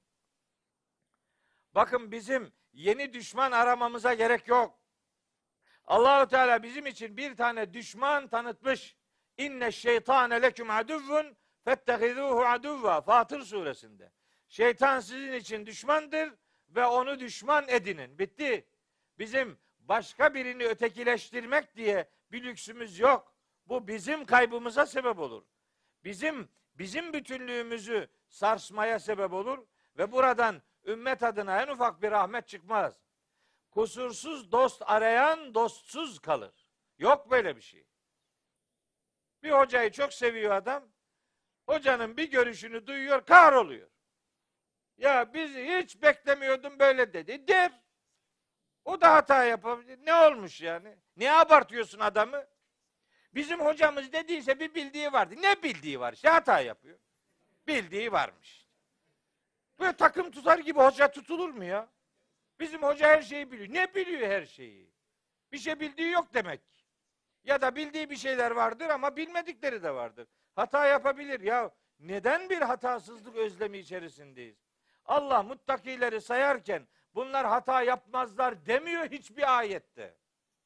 Bakın bizim yeni düşman aramamıza gerek yok. Allahu Teala bizim için bir tane düşman tanıtmış. İnne şeytane leküm aduvvun fettehizuhu aduvva. Fatır suresinde. Şeytan sizin için düşmandır ve onu düşman edinin. Bitti. Bizim başka birini ötekileştirmek diye bir lüksümüz yok. Bu bizim kaybımıza sebep olur. Bizim bütünlüğümüzü sarsmaya sebep olur ve buradan ümmet adına en ufak bir rahmet çıkmaz. Kusursuz dost arayan dostsuz kalır. Yok böyle bir şey. Bir hocayı çok seviyor adam. Hocanın bir görüşünü duyuyor, kahroluyor. Ya biz hiç beklemiyordum böyle dedi. Der. O da hata yapabilir. Ne olmuş yani? Niye abartıyorsun adamı? Bizim hocamız dediyse bir bildiği vardı. Ne bildiği var? İşte hata yapıyor. Bildiği varmış. Böyle takım tutar gibi hoca tutulur mu ya? Bizim hoca her şeyi biliyor. Ne biliyor her şeyi? Bir şey bildiği yok demek. Ya da bildiği bir şeyler vardır ama bilmedikleri de vardır. Hata yapabilir. Ya neden bir hatasızlık özlemi içerisindeyiz? Allah muttakileri sayarken bunlar hata yapmazlar demiyor hiçbir ayette.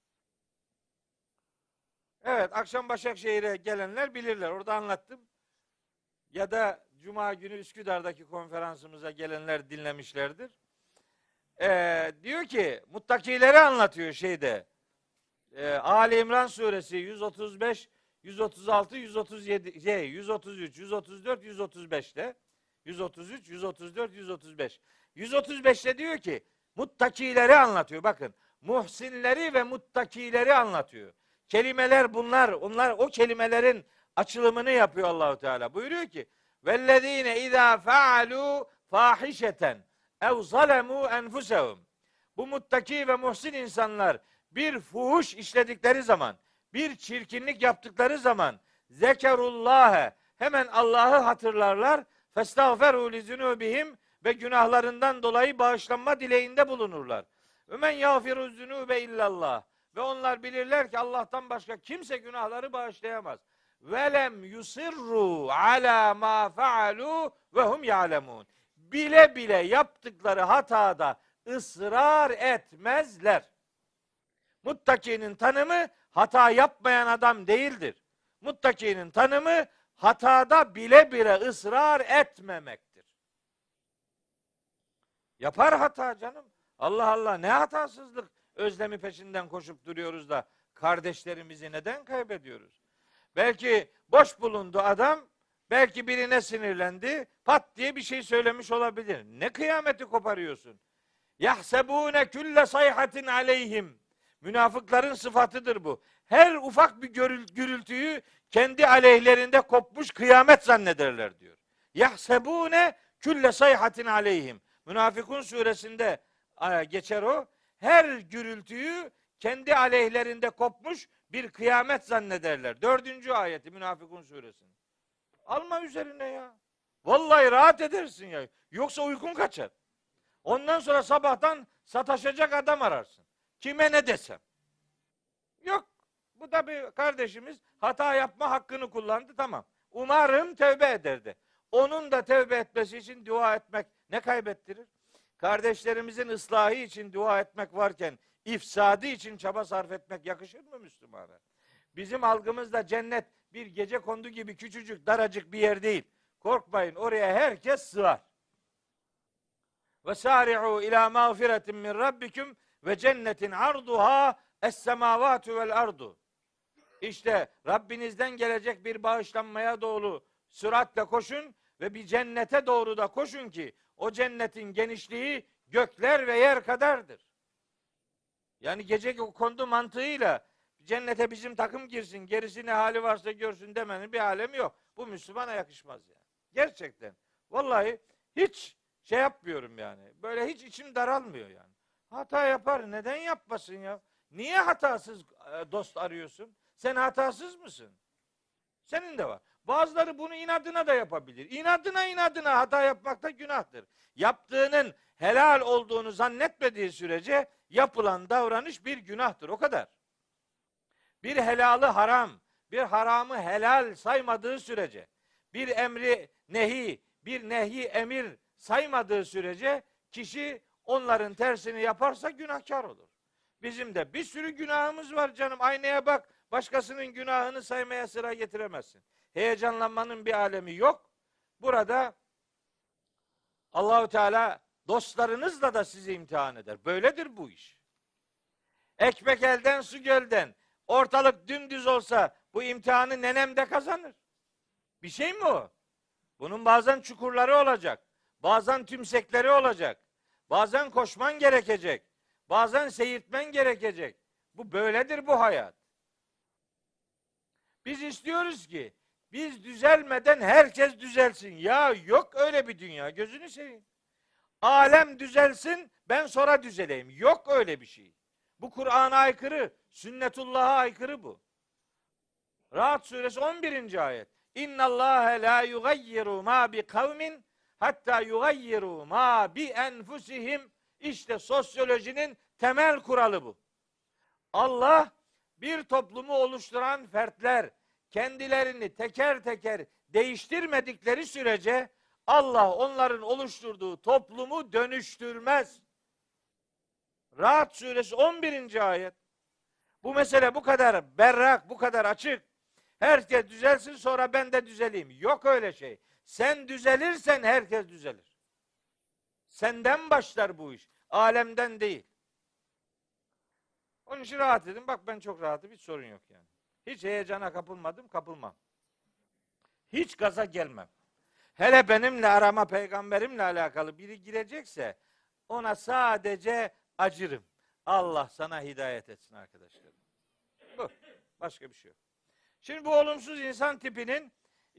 Evet, akşam Başakşehir'e gelenler bilirler. Orada anlattım. Ya da Cuma günü Üsküdar'daki konferansımıza gelenler dinlemişlerdir. Diyor ki, muttakileri anlatıyor şeyde. Ali İmran suresi 135, 136, 137, 133, 134, 135'te. 133, 134, 135. 135'te diyor ki, muttakileri anlatıyor. Bakın, muhsinleri ve muttakileri anlatıyor. Kelimeler bunlar. Onlar o kelimelerin açılımını yapıyor Allahu Teala. Buyuruyor ki: "Vellezine izâ fealû fâhişeten ev zalemû enfusehum." Bu muttaki ve muhsin insanlar bir fuhuş işledikleri zaman, bir çirkinlik yaptıkları zaman zekerullâhe, hemen Allah'ı hatırlarlar. Festağferû li zunûbihim, ve günahlarından dolayı bağışlanma dileğinde bulunurlar. Ve men yağfiru zunûbe illallah, ve onlar bilirler ki Allah'tan başka kimse günahları bağışlayamaz. Velem yusirru ala ma faalu ve hum ya'lemun. Bile bile yaptıkları hatada ısrar etmezler. Muttakinin tanımı hata yapmayan adam değildir. Muttakinin tanımı hatada bile bile ısrar etmemektir. Yapar hata canım. Allah Allah, ne hatasızlık özlemi peşinden koşup duruyoruz da kardeşlerimizi neden kaybediyoruz? Belki boş bulundu adam, belki birine sinirlendi, pat diye bir şey söylemiş olabilir. Ne kıyameti koparıyorsun? Yahsebune külle sayhatin aleyhim. Münafıkların sıfatıdır bu. Her ufak bir gürültüyü kendi aleyhlerinde kopmuş kıyamet zannederler diyor. Yahsebune külle sayhatin aleyhim. Münafıkun suresinde geçer o. Her gürültüyü kendi aleyhlerinde kopmuş bir kıyamet zannederler. 4. ayeti Münafıkun suresinin. Alma üzerine ya. Vallahi rahat edersin ya. Yoksa uykun kaçar. Ondan sonra sabahtan sataşacak adam ararsın. Kime ne desem? Yok. Bu da bir kardeşimiz hata yapma hakkını kullandı, tamam. Umarım tövbe eder de. Onun da tövbe etmesi için dua etmek ne kaybettirir? Kardeşlerimizin ıslahı için dua etmek varken ifsadı için çaba sarf etmek yakışır mı Müslümana? Bizim algımızda cennet bir gecekondu gibi küçücük daracık bir yer değil. Korkmayın, oraya herkes sığar. Ve sari'u ila mağfiretin min rabbikum ve cennetin arduha es-semavatu vel ardu. İşte Rabbinizden gelecek bir bağışlanmaya doğru süratle koşun ve bir cennete doğru da koşun ki o cennetin genişliği gökler ve yer kadardır. Yani gece kondu mantığıyla cennete bizim takım girsin, gerisi ne hali varsa görsün demenin bir alemi yok. Bu Müslümana yakışmaz yani. Gerçekten. Vallahi hiç şey yapmıyorum yani. Böyle hiç içim daralmıyor yani. Hata yapar. Neden yapmasın ya? Niye hatasız dost arıyorsun? Sen hatasız mısın? Senin de var. Bazıları bunu inadına da yapabilir. İnadına hata yapmak da günahtır. Yaptığının helal olduğunu zannetmediği sürece yapılan davranış bir günahtır. O kadar. Bir helalı haram, bir haramı helal saymadığı sürece, bir emri nehi, bir nehi emir saymadığı sürece kişi onların tersini yaparsa günahkar olur. Bizim de bir sürü günahımız var canım. Aynaya bak, başkasının günahını saymaya sıra getiremezsin. Heyecanlanmanın bir alemi yok. Burada Allahu Teala dostlarınızla da sizi imtihan eder. Böyledir bu iş. Ekmek elden, su gölden. Ortalık dümdüz olsa bu imtihanı nenem de kazanır. Bir şey mi o? Bunun bazen çukurları olacak. Bazen tümsekleri olacak. Bazen koşman gerekecek. Bazen seyirtmen gerekecek. Bu böyledir bu hayat. Biz istiyoruz ki biz düzelmeden herkes düzelsin. Ya yok öyle bir dünya. Gözünü seveyim. Alem düzelsin, ben sonra düzeleyim. Yok öyle bir şey. Bu Kur'an'a aykırı, sünnetullah'a aykırı bu. Rahat suresi 11. ayet. İnnallâhe lâ yugayyiru mâ bi kavmin hatta yugayyiru mâ bi enfusihim. İşte sosyolojinin temel kuralı bu. Allah bir toplumu oluşturan fertler kendilerini teker teker değiştirmedikleri sürece Allah onların oluşturduğu toplumu dönüştürmez. Rahat suresi 11. ayet. Bu mesele bu kadar berrak, bu kadar açık. Herkes düzelsin sonra ben de düzeleyim. Yok öyle şey. Sen düzelirsen herkes düzelir. Senden başlar bu iş. Alemden değil. Onun için rahat edin. Bak ben çok rahatım. Hiç sorun yok yani. Hiç heyecana kapılmadım, kapılmam. Hiç gaza gelmem. Hele benimle arama peygamberimle alakalı biri girecekse ona sadece acırım. Allah sana hidayet etsin arkadaşlar. Bu. Başka bir şey yok. Şimdi bu olumsuz insan tipinin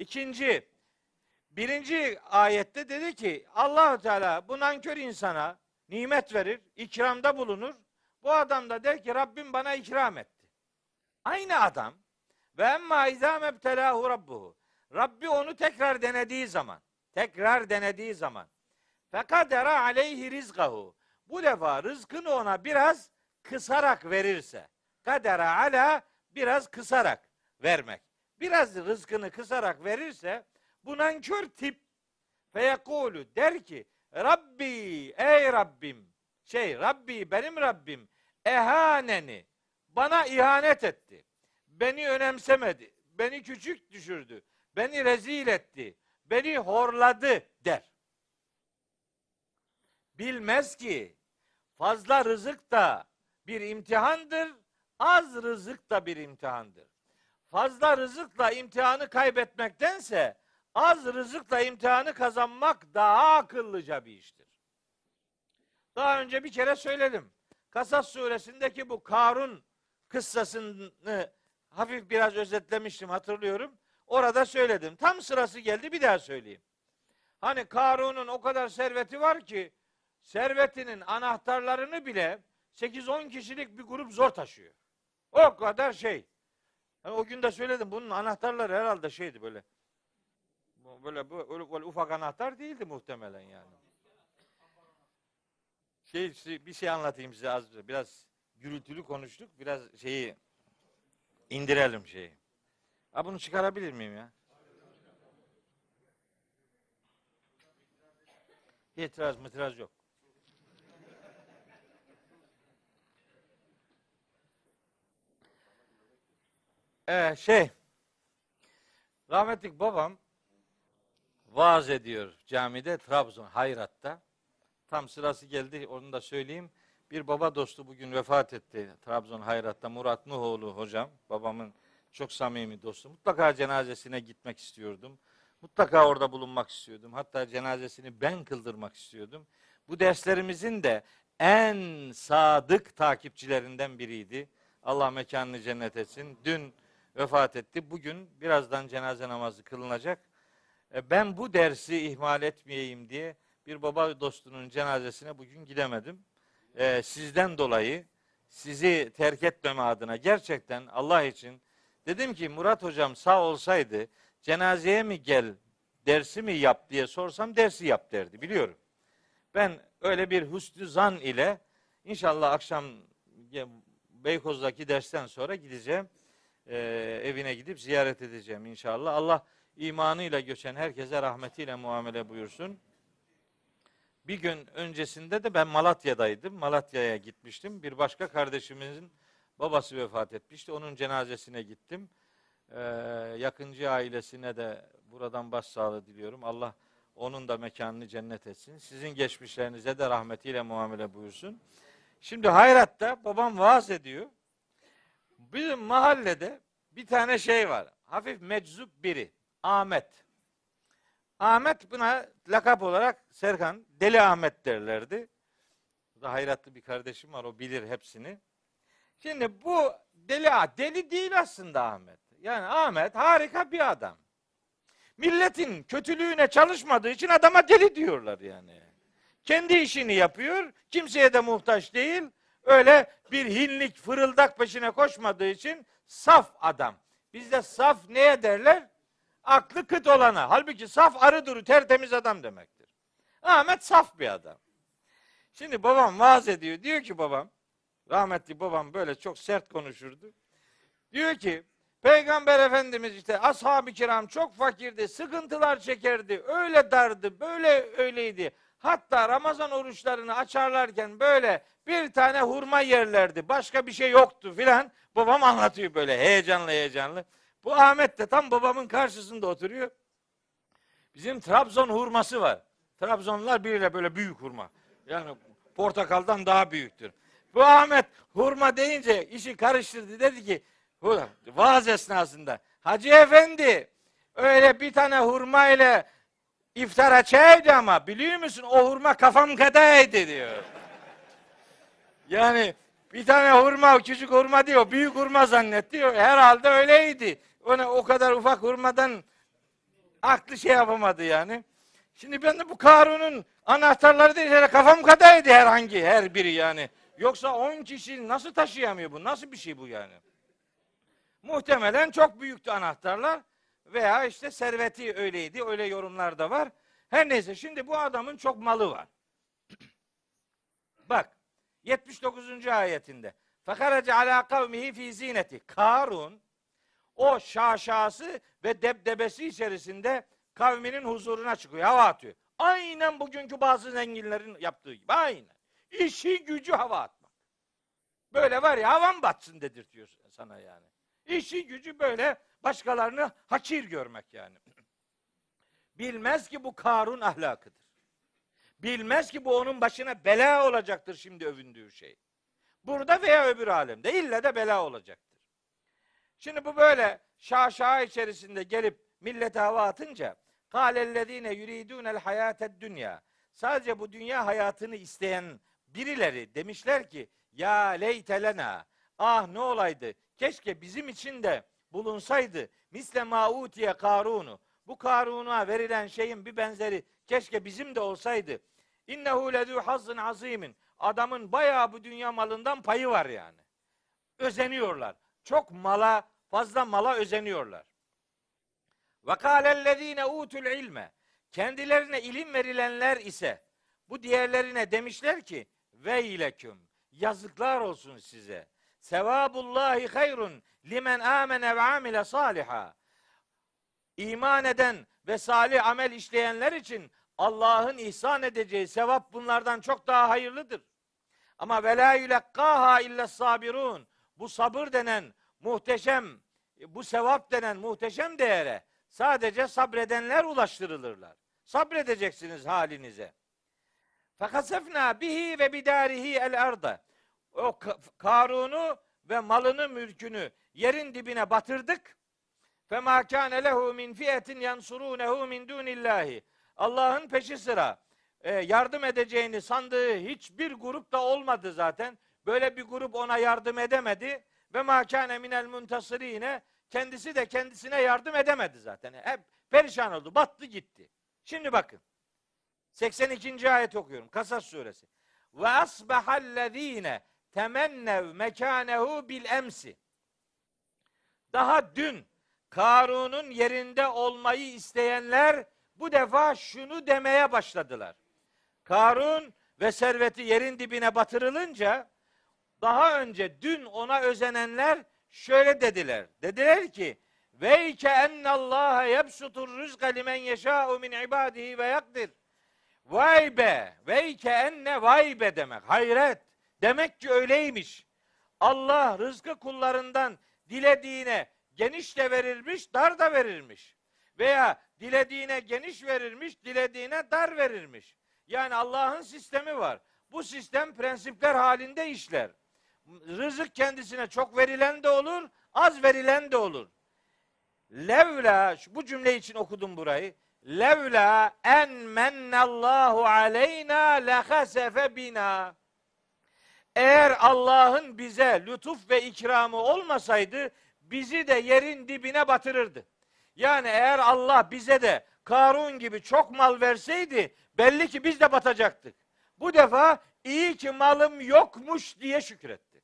birinci ayette dedi ki Allah-u Teala bu nankör insana nimet verir, ikramda bulunur. Bu adam da der ki Rabbim bana ikram etti. Aynı adam ve emma izâ mebtelâhu rabbuhu. Rabbi onu tekrar denediği zaman fekadera aleyhi rizkahu. Bu defa rızkını ona biraz kısarak verirse. Kadera ala biraz kısarak vermek. Biraz rızkını kısarak verirse bu nankör tip feyekulu der ki Rabbi ey Rabbim Rabbi benim Rabbim ehaneni bana ihanet etti. Beni önemsemedi. Beni küçük düşürdü. Beni rezil etti. Beni horladı der. Bilmez ki fazla rızık da bir imtihandır. Az rızık da bir imtihandır. Fazla rızıkla imtihanı kaybetmektense az rızıkla imtihanı kazanmak daha akıllıca bir iştir. Daha önce bir kere söyledim. Kasas suresindeki bu Karun kıssasını hafif biraz özetlemiştim, hatırlıyorum. Orada söyledim. Tam sırası geldi, bir daha söyleyeyim. Hani Karun'un o kadar serveti var ki servetinin anahtarlarını bile 8-10 kişilik bir grup zor taşıyor. O kadar şey. Yani o gün de söyledim, bunun anahtarları herhalde şeydi böyle. Böyle ufak anahtar değildi muhtemelen yani. Bir şey anlatayım size az. Biraz gürültülü konuştuk. Biraz şeyi indirelim şeyi. Ha, bunu çıkarabilir miyim ya? İtiraz yok. Rahmetlik babam vaaz ediyor camide, Trabzon Hayrat'ta. Tam sırası geldi, onu da söyleyeyim. Bir baba dostu bugün vefat etti Trabzon Hayrat'ta, Murat Nuhoğlu hocam. Babamın çok samimi dostu. Mutlaka cenazesine gitmek istiyordum. Mutlaka orada bulunmak istiyordum. Hatta cenazesini ben kıldırmak istiyordum. Bu derslerimizin de en sadık takipçilerinden biriydi. Allah mekanını cennet etsin. Dün vefat etti. Bugün birazdan cenaze namazı kılınacak. Ben bu dersi ihmal etmeyeyim diye bir baba dostunun cenazesine bugün gidemedim. Sizden dolayı sizi terk etmeme adına gerçekten Allah için dedim ki Murat hocam sağ olsaydı cenazeye mi gel, dersi mi yap diye sorsam dersi yap derdi, biliyorum. Ben öyle bir hüsnü zan ile inşallah akşam Beykoz'daki dersten sonra gideceğim. Evine gidip ziyaret edeceğim inşallah. Allah imanıyla göçen herkese rahmetiyle muamele buyursun. Bir gün öncesinde de ben Malatya'daydım. Malatya'ya gitmiştim. Bir başka kardeşimizin babası vefat etmişti. Onun cenazesine gittim. Yakıncı ailesine de buradan başsağlığı diliyorum. Allah onun da mekanını cennet etsin. Sizin geçmişlerinize de rahmetiyle muamele buyursun. Şimdi Hayrat'ta babam vaaz ediyor. Bizim mahallede bir tane şey var. Hafif meczup biri. Ahmet. Ahmet, buna lakap olarak Serkan, Deli Ahmet derlerdi. Burada hayratlı bir kardeşim var, o bilir hepsini. Şimdi bu deli değil aslında Ahmet. Yani Ahmet harika bir adam. Milletin kötülüğüne çalışmadığı için adama deli diyorlar yani. Kendi işini yapıyor, kimseye de muhtaç değil. Öyle bir hinlik, fırıldak peşine koşmadığı için saf adam. Bizde saf neye derler? Aklı kıt olana. Halbuki saf arı duru tertemiz adam demektir. Ahmet saf bir adam. Şimdi babam vaaz ediyor. Diyor ki babam, rahmetli babam böyle çok sert konuşurdu. Diyor ki Peygamber Efendimiz işte ashab-ı kiram çok fakirdi, sıkıntılar çekerdi, öyle dardı, böyle öyleydi. Hatta Ramazan oruçlarını açarlarken böyle bir tane hurma yerlerdi. Başka bir şey yoktu filan. Babam anlatıyor böyle heyecanlı. Bu Ahmet de tam babamın karşısında oturuyor. Bizim Trabzon hurması var. Trabzonlular biriyle böyle büyük hurma. Yani portakaldan daha büyüktür. Bu Ahmet hurma deyince işi karıştırdı. Dedi ki vaaz esnasında Hacı Efendi öyle bir tane hurma ile iftar açaydı ama biliyor musun o hurma kafam kadaydı diyor. Yani bir tane hurma, küçük hurma diyor, büyük hurma zannetti. Herhalde öyleydi. Ona o kadar ufak hurmadan aklı şey yapamadı yani. Şimdi ben de bu Karun'un anahtarları değil, kafam kadaydı her biri yani. Yoksa 10 kişi nasıl taşıyamıyor bu? Nasıl bir şey bu yani? Muhtemelen çok büyüktü anahtarlar veya işte serveti öyleydi. Öyle yorumlar da var. Her neyse şimdi bu adamın çok malı var. Bak 79. ayetinde. Fekarace ala kavmihi fi zineti. Karun o şaşası ve debdebesi içerisinde kavminin huzuruna çıkıyor. Hava atıyor. Aynen bugünkü bazı zenginlerin yaptığı gibi. Aynen. İşi gücü hava atmak. Böyle var ya havan batsın dedirtiyor sana yani. İşi gücü böyle başkalarını hakir görmek yani. Bilmez ki bu Karun ahlakıdır. Bilmez ki bu onun başına bela olacaktır şimdi övündüğü şey. Burada veya öbür alemde ille de bela olacaktır. Şimdi bu böyle şaşa içerisinde gelip millete hava atınca kâlellezîne yuridûnel hayâted dünya, sadece bu dünya hayatını isteyen birileri demişler ki ya leytelena, ah ne olaydı, keşke bizim için de bulunsaydı misle mautiye Karun'u, bu Karun'a verilen şeyin bir benzeri keşke bizim de olsaydı. İnnehu ledû hazzın azimin, adamın bayağı bu dünya malından payı var yani. Özeniyorlar. Çok mala, fazla mala özeniyorlar. Ve kâlellezîne utul ilme, kendilerine ilim verilenler ise bu diğerlerine demişler ki veyleküm, yazıklar olsun size. Sevabullahi hayrun limen amene ve amile saliha. İman eden ve salih amel işleyenler için Allah'ın ihsan edeceği sevap bunlardan çok daha hayırlıdır. Ama ve la yulekkaha illa sabirun. Bu sabır denen muhteşem, bu sevap denen muhteşem değere sadece sabredenler ulaştırılırlar. Sabredeceksiniz halinize. Fekasefna bihi ve bidarihi el arda. O Karun'u ve malını, mülkünü yerin dibine batırdık. Fema kâne lehu min fiyetin yansurunehu min dunillahi. Allah'ın peşi sıra yardım edeceğini sandığı hiçbir grup da olmadı zaten. Böyle bir grup ona yardım edemedi. Ve ma kâne minel muntasirine, kendisi de kendisine yardım edemedi zaten. Hep perişan oldu, battı gitti. Şimdi bakın. 82. ayet okuyorum. Kasas suresi. Ve asbahallezine temennev mekânehu bil emsi. Daha dün Karun'un yerinde olmayı isteyenler bu defa şunu demeye başladılar. Karun ve serveti yerin dibine batırılınca daha önce dün ona özenenler şöyle dediler. Dediler ki veyke ennallâhe yebsutur rızka limen yeşâ'u min ibâdihi ve yakdir. Vay be, veyke enne, vay be demek, hayret. Demek ki öyleymiş. Allah rızkı kullarından dilediğine geniş de verirmiş, dar da verirmiş. Veya dilediğine geniş verirmiş, dilediğine dar verirmiş. Yani Allah'ın sistemi var. Bu sistem prensipler halinde işler. Rızık kendisine çok verilen de olur, az verilen de olur. Levla, bu cümle için okudum burayı. Levla en mennallahu aleyna lehasefe bina. Eğer Allah'ın bize lütuf ve ikramı olmasaydı bizi de yerin dibine batırırdı. Yani eğer Allah bize de Karun gibi çok mal verseydi belli ki biz de batacaktık. Bu defa iyi ki malım yokmuş diye şükretti.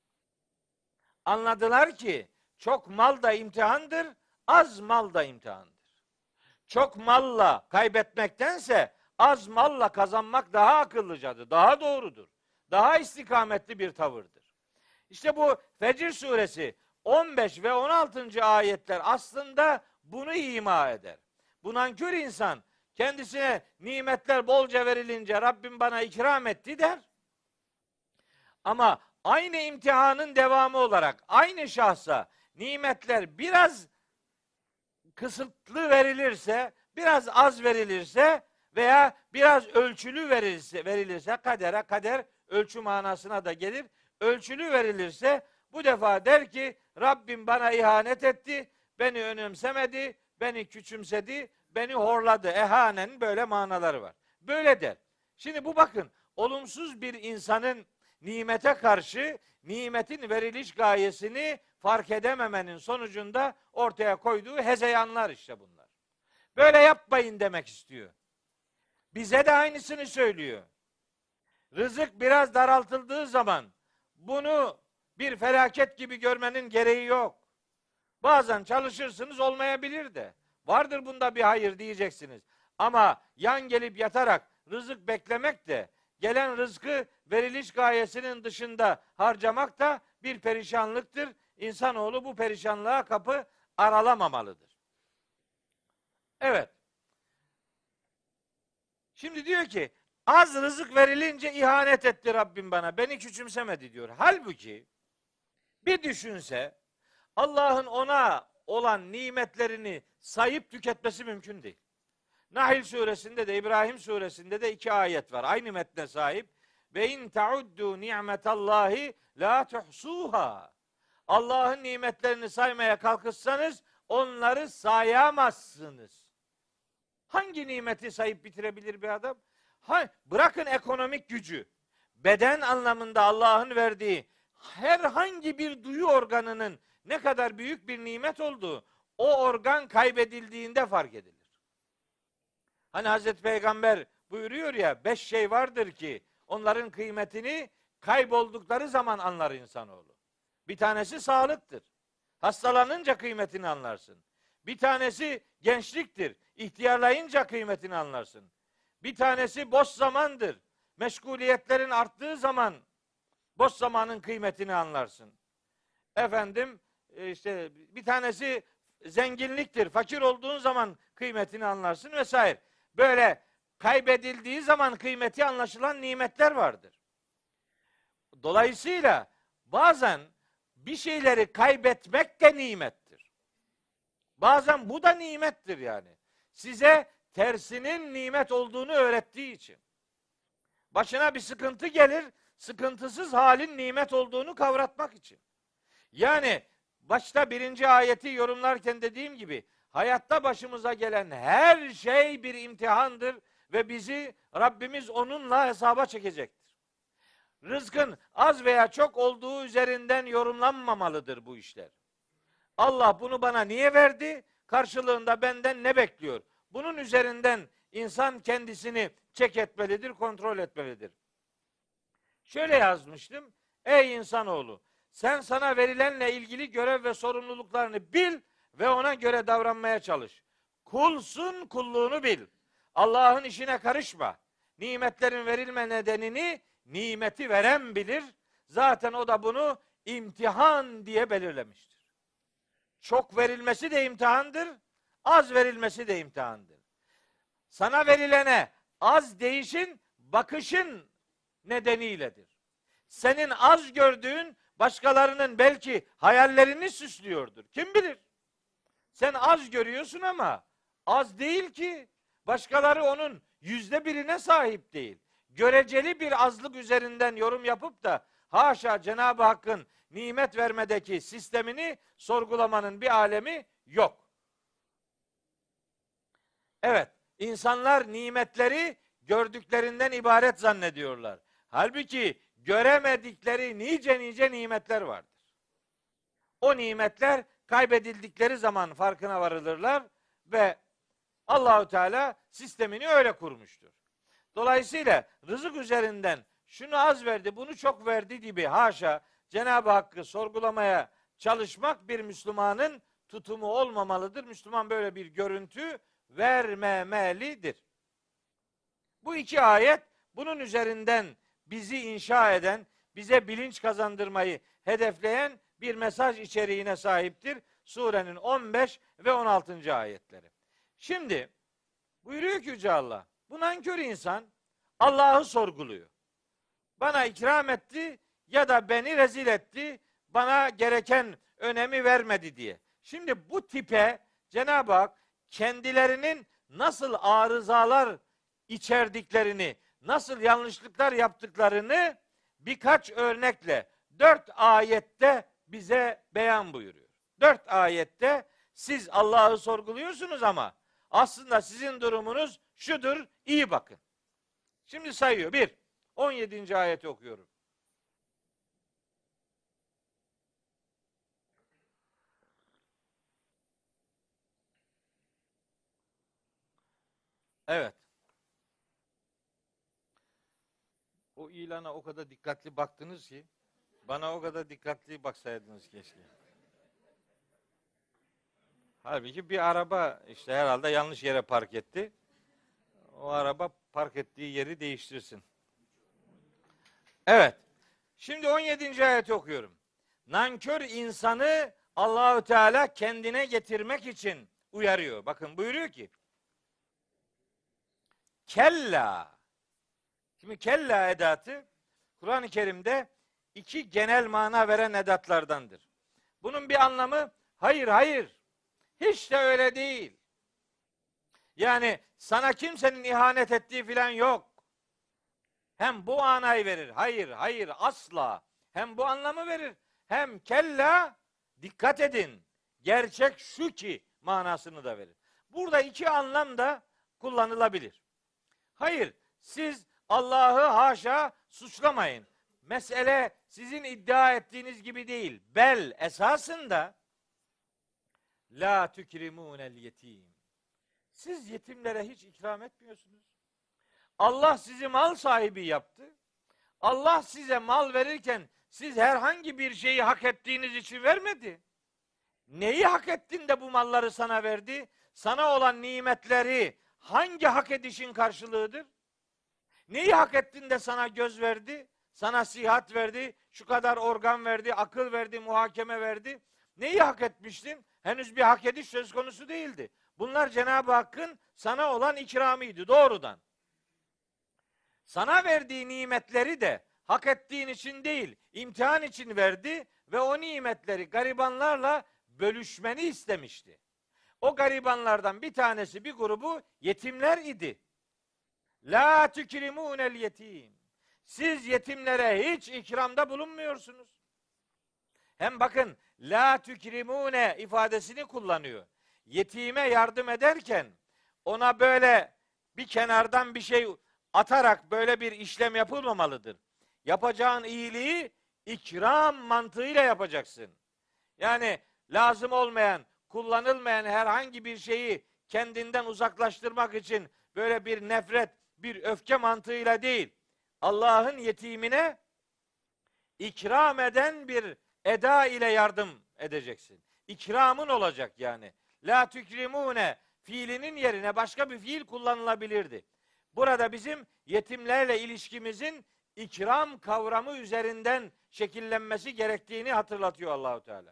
Anladılar ki çok mal da imtihandır, az mal da imtihandır. Çok malla kaybetmektense az malla kazanmak daha akıllıcadır, daha doğrudur. Daha istikametli bir tavırdır. İşte bu Fecr suresi 15 ve 16. ayetler aslında bunu ima eder. Bu nankör insan kendisine nimetler bolca verilince Rabbim bana ikram etti der. Ama aynı imtihanın devamı olarak aynı şahsa nimetler biraz kısıtlı verilirse, biraz az verilirse veya biraz ölçülü verilirse kader ölçü manasına da gelir. Ölçülü verilirse bu defa der ki Rabbim bana ihanet etti, beni önemsemedi, beni küçümsedi, beni horladı. Ehanenin böyle manaları var. Böyle der. Şimdi bu bakın olumsuz bir insanın nimete karşı nimetin veriliş gayesini fark edememenin sonucunda ortaya koyduğu hezeyanlar işte bunlar. Böyle yapmayın demek istiyor. Bize de aynısını söylüyor. Rızık biraz daraltıldığı zaman bunu bir felaket gibi görmenin gereği yok. Bazen çalışırsınız olmayabilir de. Vardır bunda bir hayır diyeceksiniz. Ama yan gelip yatarak rızık beklemek de gelen rızkı veriliş gayesinin dışında harcamak da bir perişanlıktır. İnsanoğlu bu perişanlığa kapı aralamamalıdır. Evet. Şimdi diyor ki az rızık verilince ihanet etti Rabbim bana. Beni küçümsemedi diyor. Halbuki bir düşünse Allah'ın ona olan nimetlerini sayıp tüketmesi mümkün değil. Nahl suresinde de İbrahim suresinde de 2 ayet var. Aynı metne sahip. Ve in tauddu ni'metallahi la tuhsuha. Allah'ın nimetlerini saymaya kalkışsanız onları sayamazsınız. Hangi nimeti sayıp bitirebilir bir adam? Bırakın ekonomik gücü. Beden anlamında Allah'ın verdiği herhangi bir duyu organının ne kadar büyük bir nimet olduğu o organ kaybedildiğinde fark edilir. Hani Hazreti Peygamber buyuruyor ya, 5 şey vardır ki onların kıymetini kayboldukları zaman anlar insanoğlu. Bir tanesi sağlıktır. Hastalanınca kıymetini anlarsın. Bir tanesi gençliktir. İhtiyarlayınca kıymetini anlarsın. Bir tanesi boş zamandır. Meşguliyetlerin arttığı zaman boş zamanın kıymetini anlarsın. Efendim işte bir tanesi zenginliktir. Fakir olduğun zaman kıymetini anlarsın vesaire. Böyle kaybedildiği zaman kıymeti anlaşılan nimetler vardır. Dolayısıyla bazen bir şeyleri kaybetmek de nimettir. Bazen bu da nimettir yani. Size tersinin nimet olduğunu öğrettiği için. Başına bir sıkıntı gelir, sıkıntısız halin nimet olduğunu kavratmak için. Yani başta 1. ayeti yorumlarken dediğim gibi hayatta başımıza gelen her şey bir imtihandır ve bizi Rabbimiz onunla hesaba çekecektir. Rızkın az veya çok olduğu üzerinden yorumlanmamalıdır bu işler. Allah bunu bana niye verdi? Karşılığında benden ne bekliyor? Bunun üzerinden insan kendisini çek etmelidir, kontrol etmelidir. Şöyle yazmıştım. Ey insanoğlu, sen sana verilenle ilgili görev ve sorumluluklarını bil ve ona göre davranmaya çalış. Kulsun, kulluğunu bil. Allah'ın işine karışma. Nimetlerin verilme nedenini nimeti veren bilir. Zaten o da bunu imtihan diye belirlemiştir. Çok verilmesi de imtihandır, az verilmesi de imtihandır. Sana verilene az değişin, bakışın nedeniyledir. Senin az gördüğün başkalarının belki hayallerini süslüyordur. Kim bilir? Sen az görüyorsun ama az değil ki. Başkaları onun 1/1'ine sahip değil. Göreceli bir azlık üzerinden yorum yapıp da haşa Cenab-ı Hakk'ın nimet vermedeki sistemini sorgulamanın bir alemi yok. Evet, insanlar nimetleri gördüklerinden ibaret zannediyorlar. Halbuki göremedikleri nice nimetler vardır. O nimetler kaybedildikleri zaman farkına varılırlar ve Allahu Teala sistemini öyle kurmuştur. Dolayısıyla rızık üzerinden şunu az verdi, bunu çok verdi gibi haşa Cenab-ı Hakk'ı sorgulamaya çalışmak bir Müslümanın tutumu olmamalıdır. Müslüman böyle bir görüntü vermemelidir. Bu 2 ayet bunun üzerinden bizi inşa eden, bize bilinç kazandırmayı hedefleyen bir mesaj içeriğine sahiptir. Surenin 15 ve 16. ayetleri. Şimdi buyuruyor ki Yüce Allah, bu nankör insan Allah'ı sorguluyor. Bana ikram etti ya da beni rezil etti, bana gereken önemi vermedi diye. Şimdi bu tipe Cenab-ı Hak kendilerinin nasıl arızalar içerdiklerini, nasıl yanlışlıklar yaptıklarını birkaç örnekle 4 ayette bize beyan buyuruyor. 4 ayette siz Allah'ı sorguluyorsunuz ama aslında sizin durumunuz şudur, iyi bakın. Şimdi sayıyor. 1. 17. ayeti okuyorum. Evet. O ilana o kadar dikkatli baktınız ki bana o kadar dikkatli baksaydınız keşke. Halbuki bir araba işte herhalde yanlış yere park etti. O araba park ettiği yeri değiştirsin. Evet. Şimdi 17. ayeti okuyorum. Nankör insanı Allahü Teala kendine getirmek için uyarıyor. Bakın buyuruyor ki kella. Şimdi kella edatı Kur'an-ı Kerim'de 2 genel mana veren edatlardandır. Bunun bir anlamı hayır hiç de öyle değil. Yani sana kimsenin ihanet ettiği filan yok. Hem bu anayı verir. Hayır, hayır, asla. Hem bu anlamı verir. Hem kella, dikkat edin, gerçek şu ki manasını da verir. Burada iki anlam da kullanılabilir. Hayır, siz Allah'ı haşa suçlamayın. Mesele sizin iddia ettiğiniz gibi değil. Bel esasında la tükrimunel yetim. Siz yetimlere hiç ikram etmiyorsunuz. Allah sizi mal sahibi yaptı. Allah size mal verirken siz herhangi bir şeyi hak ettiğiniz için vermedi. Neyi hak ettin de bu malları sana verdi? Sana olan nimetleri hangi hak edişin karşılığıdır? Neyi hak ettin de sana göz verdi? Sana sihat verdi, şu kadar organ verdi, akıl verdi, muhakeme verdi. Neyi hak etmiştin? Henüz bir hak ediş söz konusu değildi. Bunlar Cenab-ı Hakk'ın sana olan ikramıydı doğrudan. Sana verdiği nimetleri de hak ettiğin için değil, imtihan için verdi ve o nimetleri garibanlarla bölüşmeni istemişti. O garibanlardan bir tanesi, bir grubu yetimler idi. La tükrimunel yetim. Siz yetimlere hiç ikramda bulunmuyorsunuz. Hem bakın la tükrimune ifadesini kullanıyor. Yetime yardım ederken ona böyle bir kenardan bir şey atarak böyle bir işlem yapılmamalıdır. Yapacağın iyiliği ikram mantığıyla yapacaksın. Yani lazım olmayan, kullanılmayan herhangi bir şeyi kendinden uzaklaştırmak için böyle bir nefret, bir öfke mantığıyla değil, Allah'ın yetimine ikram eden bir eda ile yardım edeceksin. İkramın olacak yani. La tükrimune fiilinin yerine başka bir fiil kullanılabilirdi. Burada bizim yetimlerle ilişkimizin ikram kavramı üzerinden şekillenmesi gerektiğini hatırlatıyor Allahu Teala.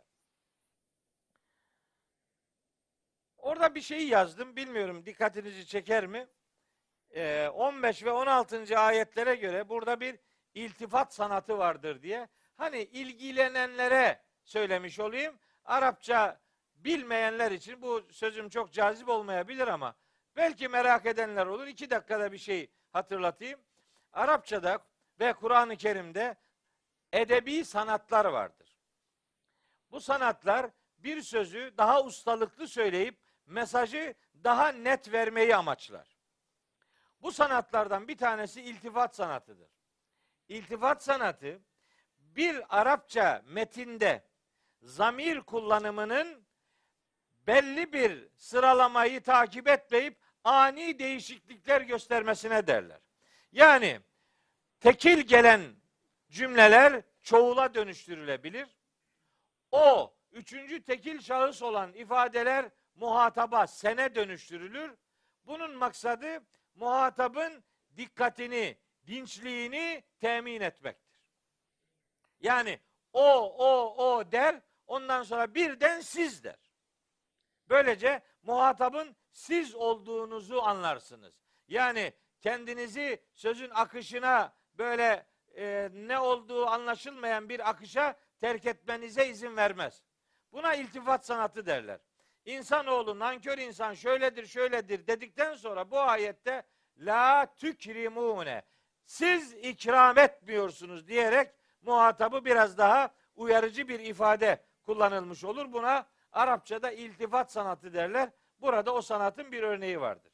Orada bir şey yazdım. Bilmiyorum dikkatinizi çeker mi? 15 ve 16. ayetlere göre burada bir iltifat sanatı vardır diye. Hani ilgilenenlere söylemiş olayım. Arapça bilmeyenler için bu sözüm çok cazip olmayabilir ama belki merak edenler olur. 2 dakikada bir şey hatırlatayım. Arapçada ve Kur'an-ı Kerim'de edebi sanatlar vardır. Bu sanatlar bir sözü daha ustalıklı söyleyip mesajı daha net vermeyi amaçlar. Bu sanatlardan bir tanesi iltifat sanatıdır. İltifat sanatı bir Arapça metinde zamir kullanımının belli bir sıralamayı takip etmeyip ani değişiklikler göstermesine derler. Yani tekil gelen cümleler çoğula dönüştürülebilir. O üçüncü tekil şahıs olan ifadeler muhataba, sene dönüştürülür. Bunun maksadı muhatabın dikkatini, dinçliğini temin etmektir. Yani o der, ondan sonra birden siz der. Böylece muhatabın siz olduğunuzu anlarsınız. Yani kendinizi sözün akışına böyle ne olduğu anlaşılmayan bir akışa terk etmenize izin vermez. Buna iltifat sanatı derler. İnsanoğlu nankör insan şöyledir şöyledir dedikten sonra bu ayette la tükrimune siz ikram etmiyorsunuz diyerek muhatabı biraz daha uyarıcı bir ifade kullanılmış olur. Buna Arapçada iltifat sanatı derler. Burada o sanatın bir örneği vardır.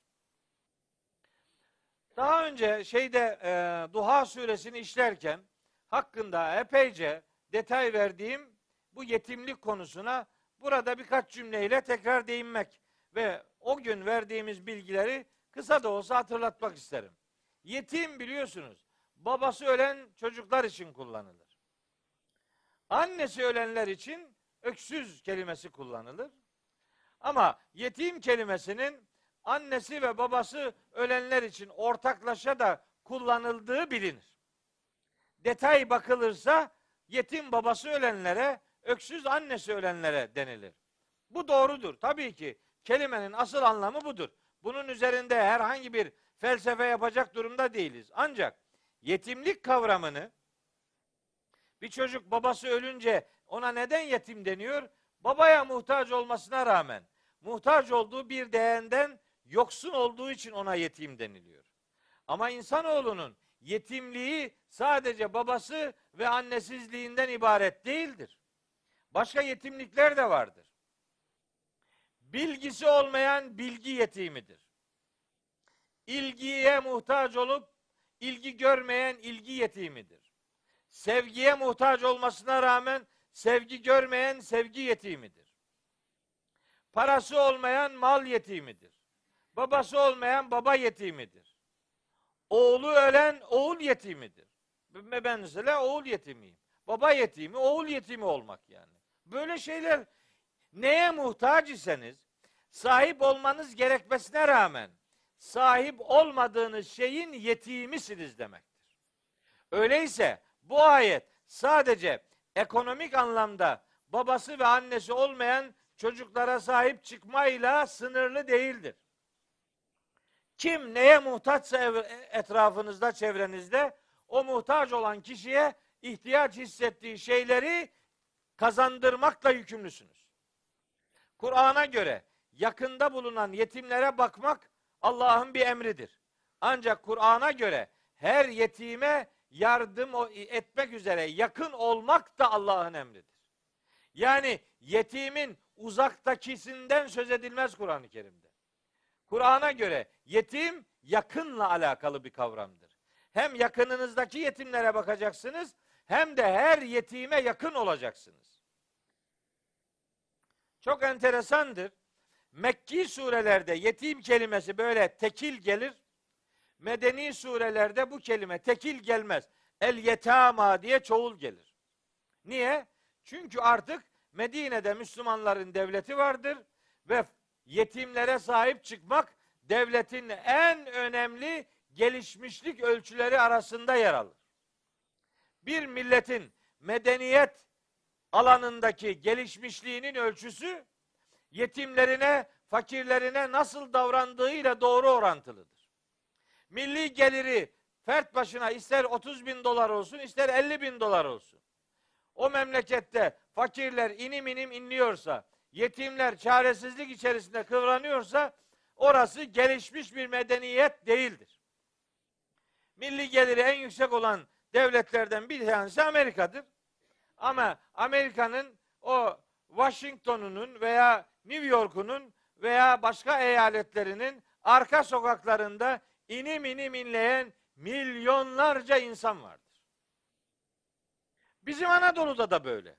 Daha önce Duha suresini işlerken hakkında epeyce detay verdiğim bu yetimlik konusuna burada birkaç cümleyle tekrar değinmek ve o gün verdiğimiz bilgileri kısa da olsa hatırlatmak isterim. Yetim biliyorsunuz, babası ölen çocuklar için kullanılır. Annesi ölenler için öksüz kelimesi kullanılır. Ama yetim kelimesinin annesi ve babası ölenler için ortaklaşa da kullanıldığı bilinir. Detay bakılırsa yetim babası ölenlere, öksüz annesi ölenlere denilir. Bu doğrudur. Tabii ki kelimenin asıl anlamı budur. Bunun üzerinde herhangi bir felsefe yapacak durumda değiliz. Ancak yetimlik kavramını bir çocuk babası ölünce ona neden yetim deniyor? Babaya muhtaç olmasına rağmen muhtaç olduğu bir değerden yoksun olduğu için ona yetim deniliyor. Ama insanoğlunun yetimliği sadece babası ve annesizliğinden ibaret değildir. Başka yetimlikler de vardır. Bilgisi olmayan bilgi yetimidir. İlgiye muhtaç olup ilgi görmeyen ilgi yetimidir. Sevgiye muhtaç olmasına rağmen sevgi görmeyen sevgi yetimidir. Parası olmayan mal yetimidir. Babası olmayan baba yetimidir. Oğlu ölen oğul yetimidir. Ben mesela oğul yetimiyim. Baba yetimi, oğul yetimi olmak yani. Böyle şeyler, neye muhtaç iseniz sahip olmanız gerekmesine rağmen sahip olmadığınız şeyin yetimisiniz demektir. Öyleyse bu ayet sadece ekonomik anlamda babası ve annesi olmayan çocuklara sahip çıkmayla sınırlı değildir. Kim neye muhtaçsa etrafınızda, çevrenizde, o muhtaç olan kişiye ihtiyaç hissettiği şeyleri kazandırmakla yükümlüsünüz. Kur'an'a göre yakında bulunan yetimlere bakmak Allah'ın bir emridir. Ancak Kur'an'a göre her yetime yardım etmek üzere yakın olmak da Allah'ın emridir. Yani yetimin uzaktakisinden söz edilmez Kur'an-ı Kerim'de. Kur'an'a göre yetim yakınla alakalı bir kavramdır. Hem yakınınızdaki yetimlere bakacaksınız, hem de her yetime yakın olacaksınız. Çok enteresandır. Mekki surelerde yetim kelimesi böyle tekil gelir. Medeni surelerde bu kelime tekil gelmez. El yetama diye çoğul gelir. Niye? Çünkü artık Medine'de Müslümanların devleti vardır ve yetimlere sahip çıkmak devletin en önemli gelişmişlik ölçüleri arasında yer alır. Bir milletin medeniyet alanındaki gelişmişliğinin ölçüsü yetimlerine, fakirlerine nasıl davrandığıyla doğru orantılıdır. Milli geliri fert başına ister 30 bin dolar olsun, ister 50 bin dolar olsun. O memlekette fakirler inim inim inliyorsa, yetimler çaresizlik içerisinde kıvranıyorsa, orası gelişmiş bir medeniyet değildir. Milli geliri en yüksek olan devletlerden bir tanesi Amerika'dır. Ama Amerika'nın o Washington'unun veya New York'unun veya başka eyaletlerinin arka sokaklarında inim inim inleyen milyonlarca insan vardır. Bizim Anadolu'da da böyle.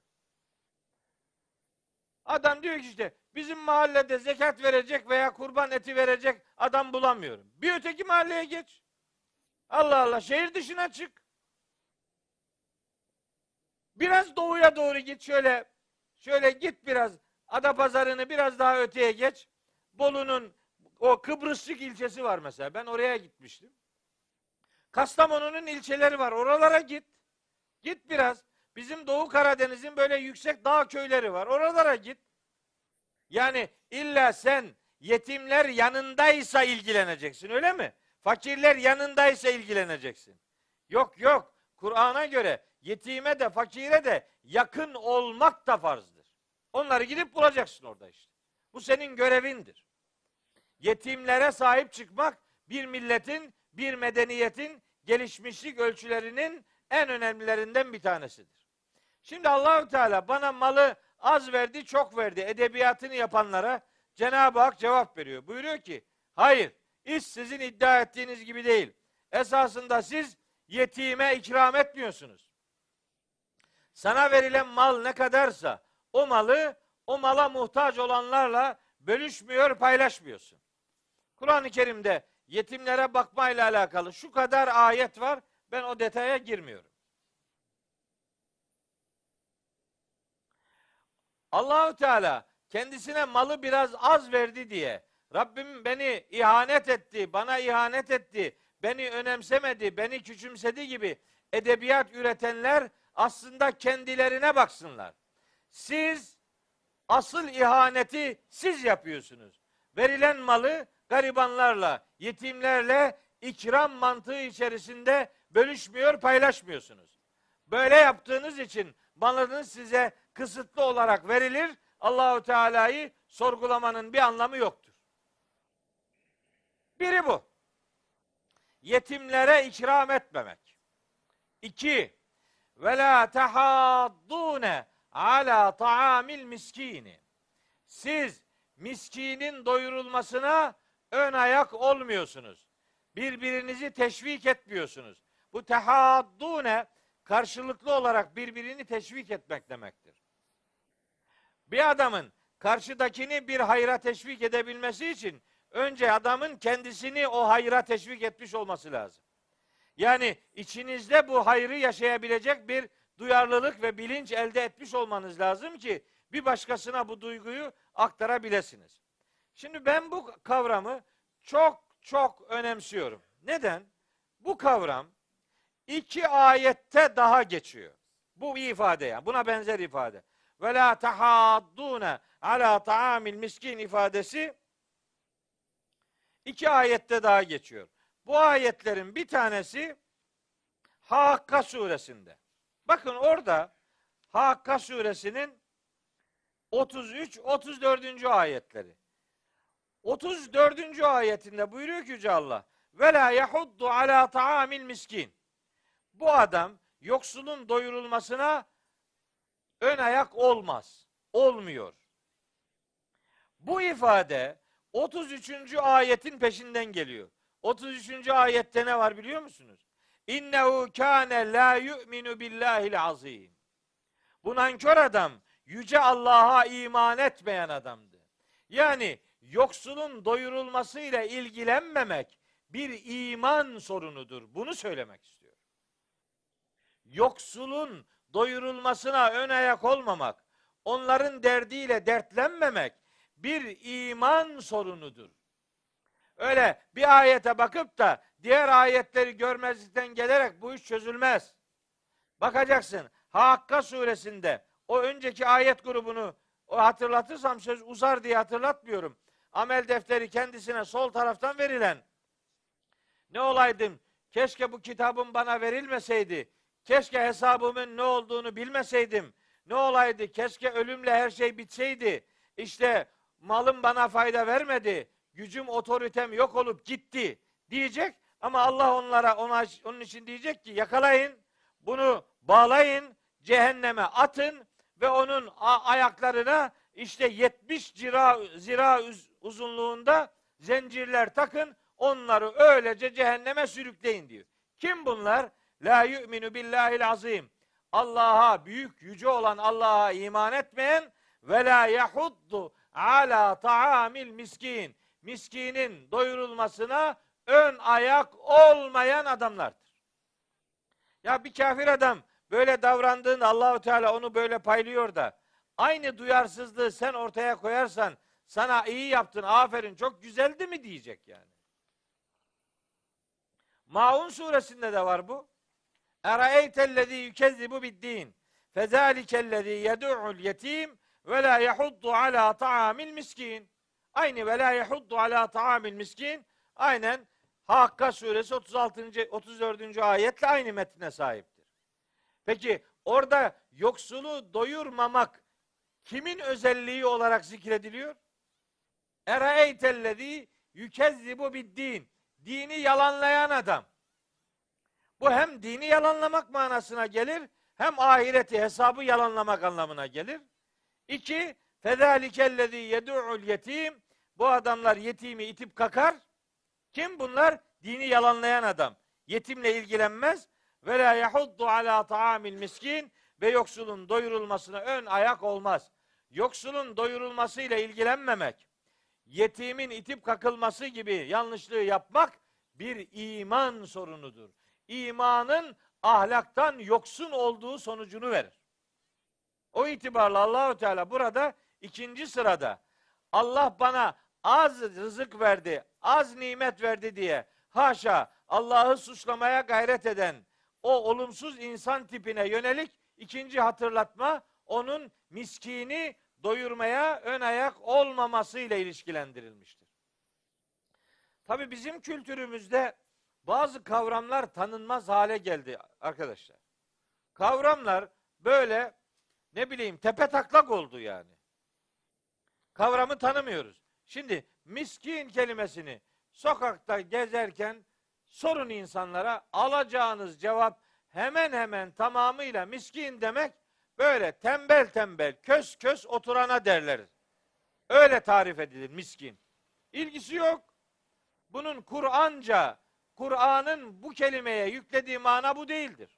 Adam diyor ki işte bizim mahallede zekat verecek veya kurban eti verecek adam bulamıyorum. Bir öteki mahalleye geç. Allah Allah, şehir dışına çık. Biraz doğuya doğru git, şöyle git biraz. Adapazarı'nı biraz daha öteye geç. Bolu'nun o Kıbrısçık ilçesi var mesela. Ben oraya gitmiştim. Kastamonu'nun ilçeleri var. Oralara git. Git biraz. Bizim Doğu Karadeniz'in böyle yüksek dağ köyleri var. Oralara git. Yani illa sen yetimler yanındaysa ilgileneceksin, öyle mi? Fakirler yanındaysa ilgileneceksin. Yok yok. Kur'an'a göre yetime de fakire de yakın olmak da farzdır. Onları gidip bulacaksın orada işte. Bu senin görevindir. Yetimlere sahip çıkmak bir milletin, bir medeniyetin gelişmişlik ölçülerinin en önemlilerinden bir tanesidir. Şimdi Allahu Teala bana malı az verdi, çok verdi edebiyatını yapanlara Cenab-ı Hak cevap veriyor. Buyuruyor ki, hayır, iş sizin iddia ettiğiniz gibi değil. Esasında siz yetime ikram etmiyorsunuz. Sana verilen mal ne kadarsa o malı o mala muhtaç olanlarla bölüşmüyor, paylaşmıyorsun. Kur'an-ı Kerim'de yetimlere bakmayla alakalı şu kadar ayet var. Ben o detaya girmiyorum. Allahu Teala kendisine malı biraz az verdi diye Rabbim beni ihanet etti, bana ihanet etti, beni önemsemedi, beni küçümsedi gibi edebiyat üretenler aslında kendilerine baksınlar. Siz asıl ihaneti siz yapıyorsunuz. Verilen malı garibanlarla, yetimlerle ikram mantığı içerisinde bölüşmüyor, paylaşmıyorsunuz. Böyle yaptığınız için malınız size kısıtlı olarak verilir. Allahu Teala'yı sorgulamanın bir anlamı yoktur. Biri bu. yetimlere ikram etmemek. 2. Ve la tahaddune ala taamil miskini. Siz miskinin doyurulmasına ön ayak olmuyorsunuz. Birbirinizi teşvik etmiyorsunuz. Bu tehaddune karşılıklı olarak birbirini teşvik etmek demektir. Bir adamın karşıdakini bir hayra teşvik edebilmesi için önce adamın kendisini o hayra teşvik etmiş olması lazım. Yani içinizde bu hayrı yaşayabilecek bir duyarlılık ve bilinç elde etmiş olmanız lazım ki bir başkasına bu duyguyu aktarabilirsiniz. Şimdi ben bu kavramı çok önemsiyorum. Neden? Bu kavram 2 ayette daha geçiyor. Bu ifade yani. Buna benzer ifade. Ve la tahaddune ala taamil miskin ifadesi 2 ayette daha geçiyor. Bu ayetlerin bir tanesi Hakka suresinde. Bakın orada Hakka suresinin 33-34. ayetleri. 34. ayetinde buyuruyor ki Yüce Allah ve la yahuddu ala taamil miskin. Bu adam yoksulun doyurulmasına ön ayak olmaz. Olmuyor. Bu ifade 33. ayetin peşinden geliyor. 33. ayette ne var biliyor musunuz? İnnehu kâne la yu'minu billahil azîm. Bu nankör adam yüce Allah'a iman etmeyen adamdı. Yani yoksulun doyurulmasıyla ilgilenmemek bir iman sorunudur. Bunu söylemek istiyor. Yoksulun doyurulmasına ön ayak olmamak, onların derdiyle dertlenmemek bir iman sorunudur. Öyle bir ayete bakıp da diğer ayetleri görmezlikten gelerek bu iş çözülmez. Bakacaksın Hakka suresinde o önceki ayet grubunu hatırlatırsam söz uzar diye hatırlatmıyorum. Amel defteri kendisine sol taraftan verilen, ne olaydım, keşke bu kitabın bana verilmeseydi, keşke hesabımın ne olduğunu bilmeseydim, ne olaydı, keşke ölümle her şey bitseydi, işte malım bana fayda vermedi, gücüm otoritem yok olup gitti diyecek ama Allah onun için diyecek ki yakalayın, bunu bağlayın, cehenneme atın ve onun ayaklarına işte 70 zira uzunluğunda zincirler takın, onları öylece cehenneme sürükleyin diyor. Kim bunlar? La yu'minu billahil azim. Allah'a, büyük yüce olan Allah'a iman etmeyen ve la yahuddu ala taamil miskin. Miskinin doyurulmasına ön ayak olmayan adamlardır. Ya bir kafir adam böyle davrandığında Allahu Teala onu böyle paylıyor da aynı duyarsızlığı sen ortaya koyarsan sana iyi yaptın, aferin, çok güzeldi mi diyecek yani. Maun suresinde de var bu. Eraeytellezî yükezzibu biddin fezâlikellezî yed'u'l yetim ve la yahuddu ala ta'amil miskin. Aynı ve la yahuddu ala ta'amil miskin aynen Hakka suresi 36. 34. ayetle aynı metne sahiptir. Peki orada yoksulu doyurmamak kimin özelliği olarak zikrediliyor? Eraeytellezî yükezzibu biddin. Dini yalanlayan adam. Bu hem dini yalanlamak manasına gelir, hem ahireti, hesabı yalanlamak anlamına gelir. 2. Fezâlikellezî yed'u'l yetim. Bu adamlar yetimi itip kakar. Kim bunlar? Dini yalanlayan adam. Yetimle ilgilenmez. Ve la yahuddu ala taamil miskin. Ve yoksulun doyurulmasına ön ayak olmaz. Yoksulun doyurulmasıyla ilgilenmemek, yetimin itip kakılması gibi yanlışlığı yapmak bir iman sorunudur. İmanın ahlaktan yoksun olduğu sonucunu verir. O itibarla Allahu Teala burada 2. sırada Allah bana az rızık verdi, az nimet verdi diye haşa Allah'ı suçlamaya gayret eden o olumsuz insan tipine yönelik 2. hatırlatma onun miskini doyurmaya ön ayak olmamasıyla ilişkilendirilmiştir. Tabi bizim kültürümüzde bazı kavramlar tanınmaz hale geldi arkadaşlar. Kavramlar böyle ne bileyim tepe taklak oldu yani. Kavramı tanımıyoruz. Şimdi miskin kelimesini sokakta gezerken Sorun insanlara, alacağınız cevap hemen hemen tamamıyla miskin demek, böyle tembel tembel, kös kös oturana derler. Öyle tarif edilir miskin. İlgisi yok. Bunun Kur'an'ın bu kelimeye yüklediği mana bu değildir.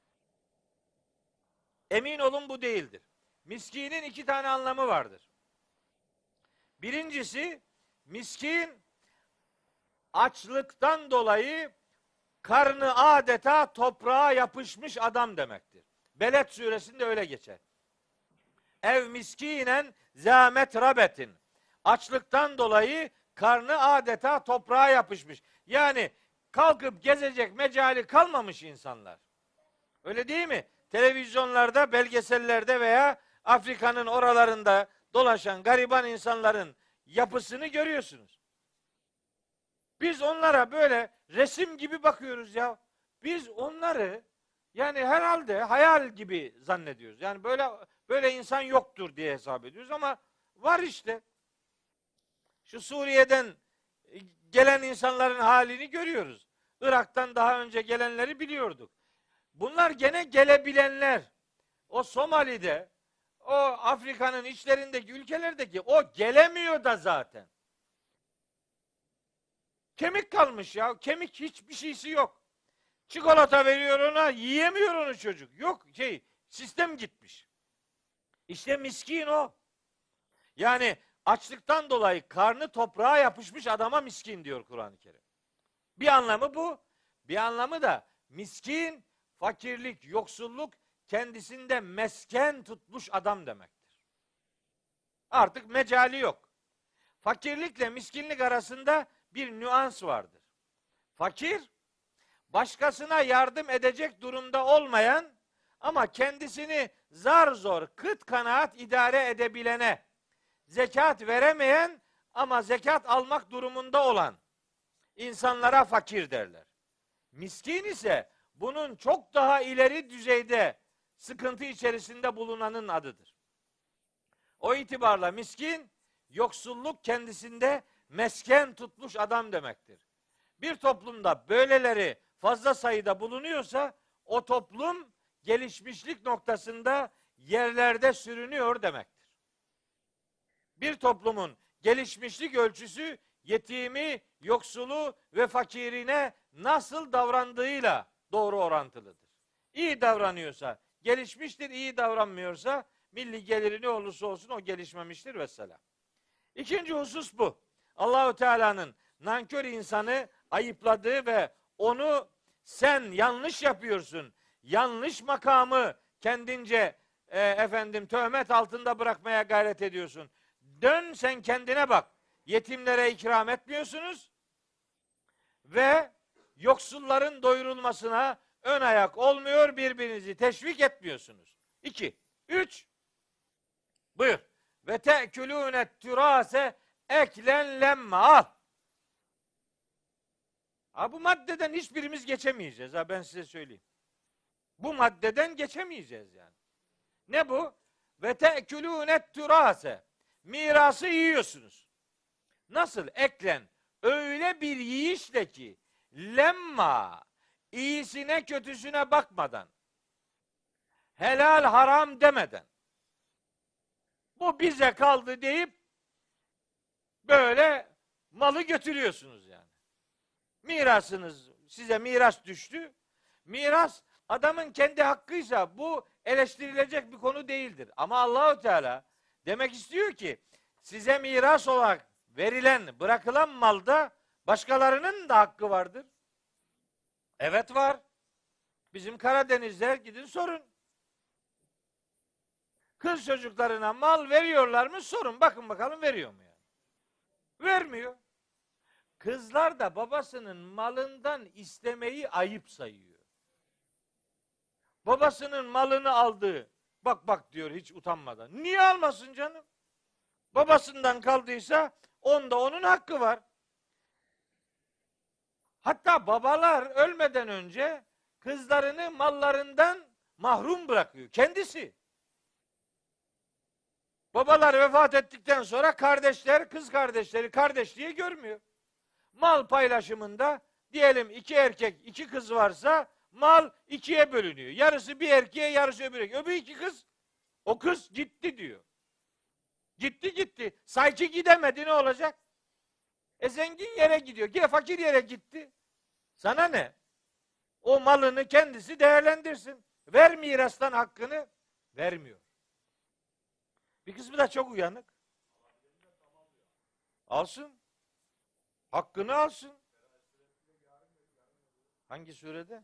Emin olun bu değildir. Miskinin iki tane anlamı vardır. Birincisi, miskin açlıktan dolayı karnı adeta toprağa yapışmış adam demektir. Beled suresinde öyle geçer. Ev miskinen zâmet rabetin. Açlıktan dolayı karnı adeta toprağa yapışmış. Yani kalkıp gezecek mecali kalmamış insanlar. Öyle değil mi? Televizyonlarda, belgesellerde veya Afrika'nın oralarında dolaşan gariban insanların yapısını görüyorsunuz. Biz onlara böyle resim gibi bakıyoruz ya. Biz onları yani herhalde hayal gibi zannediyoruz. Yani böyle insan yoktur diye hesap ediyoruz ama var işte. Şu Suriye'den gelen insanların halini görüyoruz. Irak'tan daha önce gelenleri biliyorduk. Bunlar gene gelebilenler. O Somali'de, o Afrika'nın içlerindeki ülkelerdeki o gelemiyor da zaten. Kemik kalmış ya. Kemik hiçbir şeysi yok. Çikolata veriyor ona, yiyemiyor onu çocuk. Yok sistem gitmiş. İşte miskin o. Yani açlıktan dolayı karnı toprağa yapışmış adama miskin diyor Kur'an-ı Kerim. Bir anlamı bu. Bir anlamı da miskin, fakirlik, yoksulluk kendisinde mesken tutmuş adam demektir. Artık mecali yok. Fakirlikle miskinlik arasında bir nüans vardır. Fakir, başkasına yardım edecek durumda olmayan ama kendisini zar zor, kıt kanaat idare edebilene, zekat veremeyen ama zekat almak durumunda olan insanlara fakir derler. Miskin ise bunun çok daha ileri düzeyde sıkıntı içerisinde bulunanın adıdır. O itibarla miskin, yoksulluk kendisinde mesken tutmuş adam demektir. Bir toplumda böyleleri fazla sayıda bulunuyorsa o toplum gelişmişlik noktasında yerlerde sürünüyor demektir. Bir toplumun gelişmişlik ölçüsü yetimi, yoksulu ve fakirine nasıl davrandığıyla doğru orantılıdır. İyi davranıyorsa gelişmiştir, iyi davranmıyorsa milli geliri ne olursa olsun o gelişmemiştir vesselam. İkinci husus bu. Allahu Teala'nın nankör insanı ayıpladığı ve onu sen yanlış yapıyorsun, yanlış makamı kendince töhmet altında bırakmaya gayret ediyorsun. Dön sen kendine bak. Yetimlere ikram etmiyorsunuz ve yoksulların doyurulmasına ön ayak olmuyor, birbirinizi teşvik etmiyorsunuz. 2. 3. Buyur. Ve te'kulûne türase eklen lemme al. Bu maddeden hiçbirimiz geçemeyeceğiz ben size söyleyeyim. Bu maddeden geçemeyeceğiz yani. Ne bu? Ve te'kulûne türase. Mirası yiyorsunuz. Nasıl? Eklen. Öyle bir yiyişle ki lemma, iyisine kötüsüne bakmadan, helal haram demeden, bu bize kaldı deyip böyle malı götürüyorsunuz yani. Mirasınız, size miras düştü. Miras adamın kendi hakkıysa bu eleştirilecek bir konu değildir. Ama Allahu Teala demek istiyor ki size miras olarak verilen, bırakılan malda başkalarının da hakkı vardır. Evet var. Bizim Karadenizler gidin sorun. Kız çocuklarına mal veriyorlar mı? Sorun. Bakın bakalım veriyor mu yani? Vermiyor. Kızlar da babasının malından istemeyi ayıp sayıyor. Babasının malını aldığı, bak diyor hiç utanmadan. Niye almasın canım? Babasından kaldıysa onda onun hakkı var. Hatta babalar ölmeden önce kızlarını mallarından mahrum bırakıyor. Kendisi. Babalar vefat ettikten sonra kardeşler, kız kardeşleri kardeş diye görmüyor. Mal paylaşımında Diyelim 2 erkek 2 kız varsa mal 2'ye bölünüyor. Yarısı bir erkeğe, yarısı öbür erkeğe. Öbür 2 kız, o kız gitti diyor. Gitti. Sanki gidemedi, ne olacak? Zengin yere gidiyor. Yine fakir yere gitti. Sana ne? O malını kendisi değerlendirsin. Ver mirastan hakkını. Vermiyor. Bir kısmı da çok uyanık. Alsın. Hakkını alsın. Hangi surede?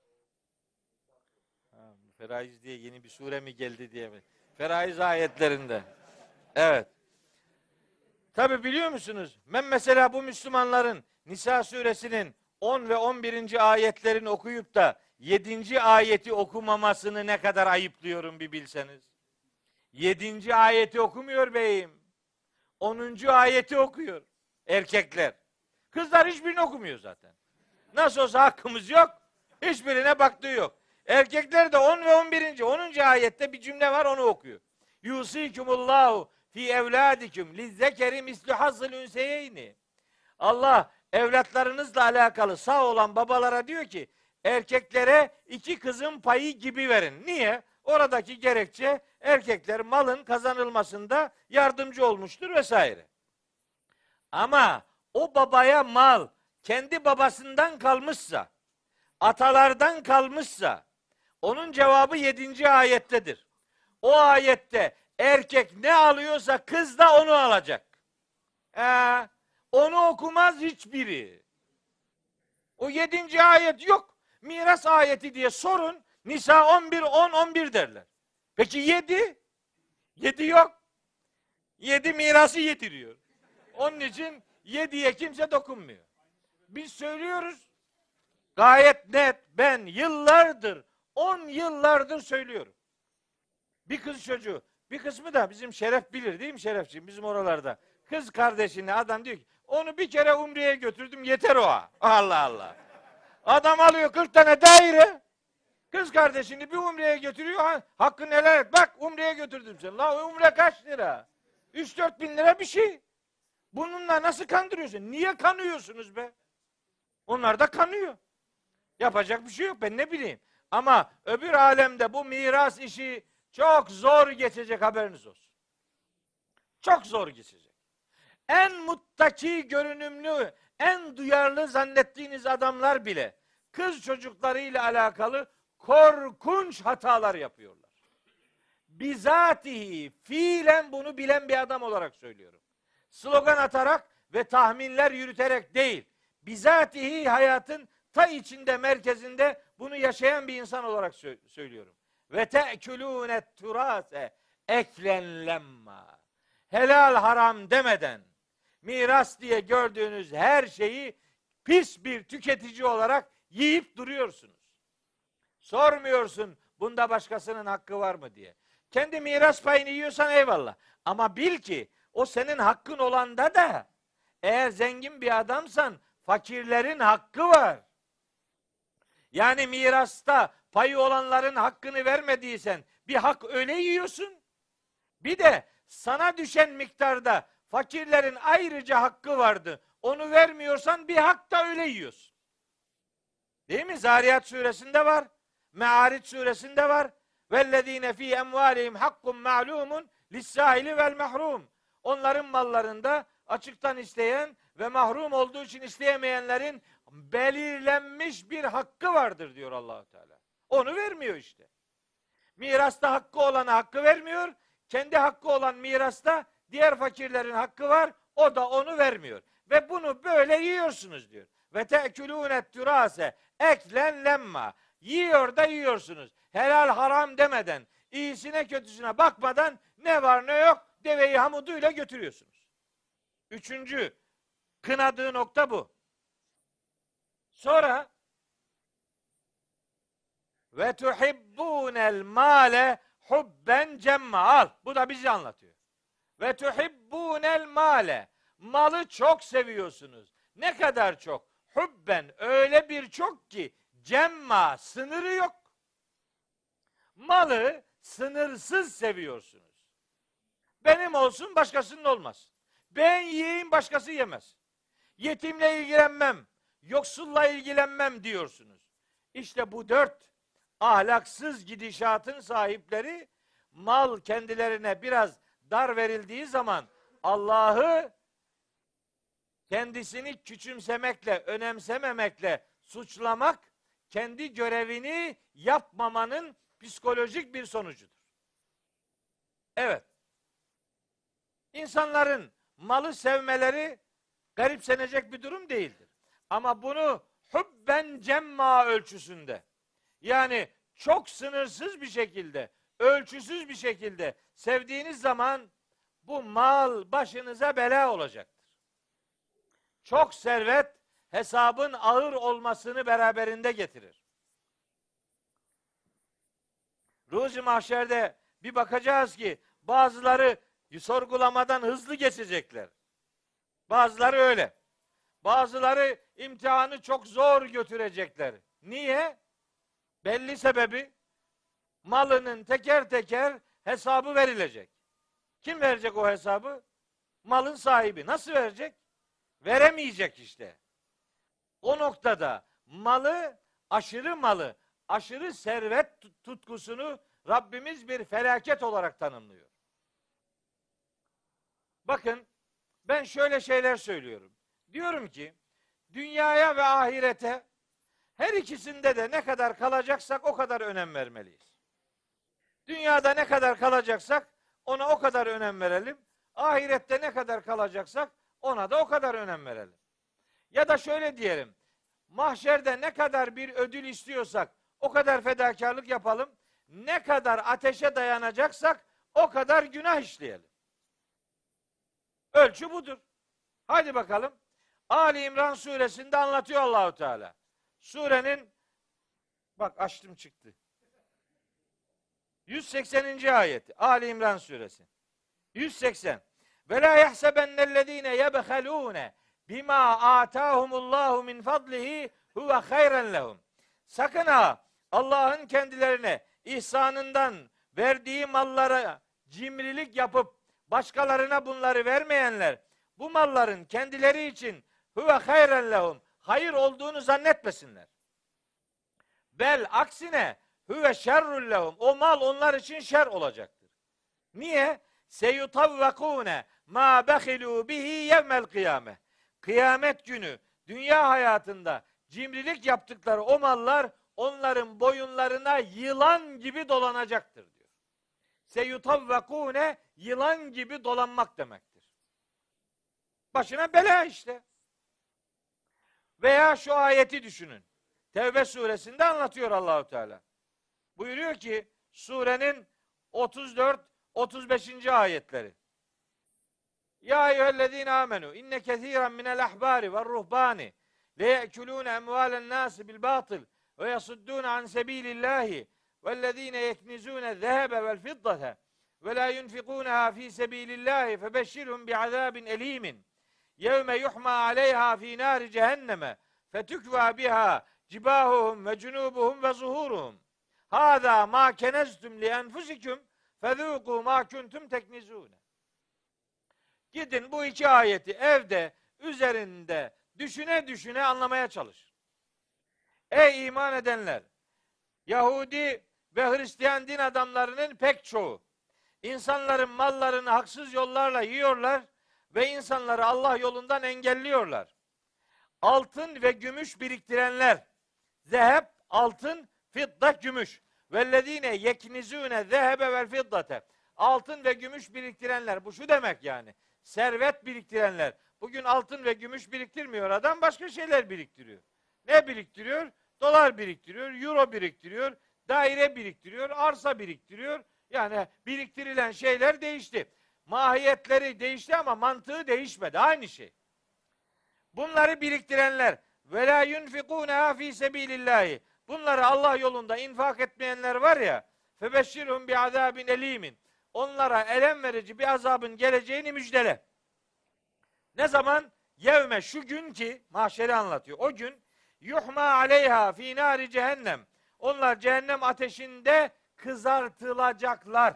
Feraiz diye yeni bir sure mi geldi diye mi? Feraiz ayetlerinde. Evet. Tabi biliyor musunuz? Ben mesela bu Müslümanların Nisa suresinin 10 ve 11. ayetlerini okuyup da 7. ayeti okumamasını ne kadar ayıplıyorum bir bilseniz. 7. ayeti okumuyor beyim. 10. ayeti okuyor erkekler. Kızlar hiçbirini okumuyor zaten. Nasıl olsa hakkımız yok. Hiçbirine baktığı yok. Erkekler de 10 ve 11. 10. ayette bir cümle var, onu okuyor. Yusikumullahu fi evladikum lizzekeri mislu hazzıl ünseyeyni. Allah evlatlarınızla alakalı sağ olan babalara diyor ki erkeklere 2 kızın payı gibi verin. Niye? Oradaki gerekçe erkekler malın kazanılmasında yardımcı olmuştur vesaire. Ama o babaya mal kendi babasından kalmışsa, atalardan kalmışsa, onun cevabı 7. ayettedir. O ayette erkek ne alıyorsa kız da onu alacak. Onu okumaz hiçbiri. O 7. ayet yok. Miras ayeti diye sorun. Nisa 11, 10, 11 derler. Peki 7? 7 yok. 7 mirası yediriyor. Onun için 7'ye kimse dokunmuyor. Biz söylüyoruz. Gayet net. Ben yıllardır, 10 yıllardır söylüyorum. Bir kız çocuğu, bir kısmı da bizim Şeref bilir değil mi Şerefciğim? Bizim oralarda. Kız kardeşine adam diyor ki onu bir kere Umre'ye götürdüm yeter o. Allah Allah. Adam alıyor 40 tane daire. Kız kardeşini bir Umre'ye götürüyor. Hakkını helal et. Bak Umre'ye götürdüm seni. La Umre kaç lira? 3-4 bin lira bir şey. Bununla nasıl kandırıyorsun? Niye kanıyorsunuz be? Onlar da kanıyor. Yapacak bir şey yok, ben ne bileyim. Ama öbür alemde bu miras işi çok zor geçecek, haberiniz olsun. Çok zor geçecek. En muttaki görünümlü, en duyarlı zannettiğiniz adamlar bile kız çocuklarıyla alakalı korkunç hatalar yapıyorlar. Bizatihi, fiilen bunu bilen bir adam olarak söylüyorum. Slogan atarak ve tahminler yürüterek değil, bizatihi hayatın ta içinde, merkezinde bunu yaşayan bir insan olarak söylüyorum. Ve te'kulûne turâse eklen lemma. Helal haram demeden miras diye gördüğünüz her şeyi pis bir tüketici olarak yiyip duruyorsunuz. Sormuyorsun bunda başkasının hakkı var mı diye. Kendi miras payını yiyorsan eyvallah. Ama bil ki o senin hakkın olanda da eğer zengin bir adamsan fakirlerin hakkı var. Yani mirasta payı olanların hakkını vermediysen bir hak öyle yiyorsun. Bir de sana düşen miktarda fakirlerin ayrıca hakkı vardı. Onu vermiyorsan bir hak da öyle yiyorsun. Değil mi? Zariyat suresinde var. Me'arit suresinde var. Vellezine fi emvalihim hakkun ma'lumun lissahili vel mahrum. Onların mallarında açıktan isteyen ve mahrum olduğu için isteyemeyenlerin belirlenmiş bir hakkı vardır diyor Allah-u Teala. Onu vermiyor işte. Mirasta hakkı olana hakkı vermiyor. Kendi hakkı olan mirasta diğer fakirlerin hakkı var. O da onu vermiyor. Ve bunu böyle yiyorsunuz diyor. Ve te'kulûnet turâse eklen lemma. Yiyor da yiyorsunuz. Helal haram demeden, iyisine kötüsüne bakmadan ne var ne yok deveyi hamuduyla götürüyorsunuz. 3. kınadığı nokta bu. Sonra ve tuhibbûnel mâle hubben cemma. Al. Bu da bizi anlatıyor. Ve tuhibbûnel mâle. Malı çok seviyorsunuz. Ne kadar çok? Hubben. Öyle bir çok ki cemma. Sınırı yok. Malı sınırsız seviyorsunuz. Benim olsun, başkasının olmaz. Ben yiyeyim, başkası yemez. Yetimle ilgilenmem. yoksulla ilgilenmem diyorsunuz. İşte bu 4 ahlaksız gidişatın sahipleri mal kendilerine biraz dar verildiği zaman Allah'ı kendisini küçümsemekle, önemsememekle suçlamak kendi görevini yapmamanın psikolojik bir sonucudur. Evet. İnsanların malı sevmeleri garipsenecek bir durum değildir. Ama bunu hubben cemma ölçüsünde, yani çok sınırsız bir şekilde, ölçüsüz bir şekilde sevdiğiniz zaman bu mal başınıza bela olacaktır. Çok servet hesabın ağır olmasını beraberinde getirir. Ruzi mahşerde bir bakacağız ki bazıları sorgulamadan hızlı geçecekler. Bazıları öyle. Bazıları imtihanı çok zor götürecekler. Niye? Belli sebebi, malının teker teker hesabı verilecek. Kim verecek o hesabı? Malın sahibi. Nasıl verecek? Veremeyecek işte. O noktada aşırı servet tutkusunu Rabbimiz bir felaket olarak tanımlıyor. Bakın, ben şöyle şeyler söylüyorum. Diyorum ki, dünyaya ve ahirete her ikisinde de ne kadar kalacaksak o kadar önem vermeliyiz. Dünyada ne kadar kalacaksak ona o kadar önem verelim. Ahirette ne kadar kalacaksak ona da o kadar önem verelim. Ya da şöyle diyelim. Mahşerde ne kadar bir ödül istiyorsak o kadar fedakarlık yapalım. Ne kadar ateşe dayanacaksak o kadar günah işleyelim. Ölçü budur. Hadi bakalım. Ali İmran suresinde anlatıyor Allahu Teala. Surenin, bak açtım çıktı, 180. ayeti. Ali İmran suresi. 180. Ve la yahsebennellezine yebhelune bima atahumullahu min fadlihi huve hayran lehum. Sakın ha, Allah'ın kendilerine ihsanından verdiği mallara cimrilik yapıp başkalarına bunları vermeyenler bu malların kendileri için huve hayran lehum, hayır olduğunu zannetmesinler. Bel aksine huve şerrul lehum, o mal onlar için şer olacaktır. Niye? Seyutavvakune ma behilu bihi yevmel kıyame. Kıyamet günü dünya hayatında cimrilik yaptıkları o mallar onların boyunlarına yılan gibi dolanacaktır diyor. Seyutavvakune, yılan gibi dolanmak demektir. Başına bela işte. Veya şu ayeti düşünün. Tevbe suresinde anlatıyor Allahu Teala. Buyuruyor ki surenin 34-35. ayetleri. Ya eyyühellezine amenu inne kethiren minel ahbari ve ruhbani leyekulune emvalen nasi bil batıl ve yasuddune an sebilillahi vellezine yeknizune zehebe vel fiddate ve la yunfikunaha fi sebilillahi febeşşirhum bi'azabin elimin yevme yuhma aleyha fi nari cehenneme fetükva biha cibahuhum ve cunubuhum ve zuhuruhum. Hâzâ mâ keneztüm li enfusikum fezûkû mâ kuntum teknizûne. Gidin bu iki ayeti evde üzerinde düşüne düşüne anlamaya çalış. Ey iman edenler! Yahudi ve Hristiyan din adamlarının pek çoğu insanların mallarını haksız yollarla yiyorlar ve insanları Allah yolundan engelliyorlar. Altın ve gümüş biriktirenler, zeheb, altın, fidda, gümüş. Vellezine yeknizune zehebe vel fiddate. Altın ve gümüş biriktirenler. Bu şu demek yani. Servet biriktirenler. Bugün altın ve gümüş biriktirmiyor adam, başka şeyler biriktiriyor. Ne biriktiriyor? Dolar biriktiriyor, euro biriktiriyor, daire biriktiriyor, arsa biriktiriyor. Yani biriktirilen şeyler değişti. Mahiyetleri değişti ama mantığı değişmedi. Aynı şey. Bunları biriktirenler ve la yunfikûneha fî sebîlillâhi. Bunları Allah yolunda infak etmeyenler var ya, febeşşirhum bi azabin elimin. Onlara elem verici bir azabın geleceğini müjdele. Ne zaman? Yevme, şu gün ki mahşeri anlatıyor. O gün yuhma aleyha fî nâri cehennem. Onlar cehennem ateşinde kızartılacaklar.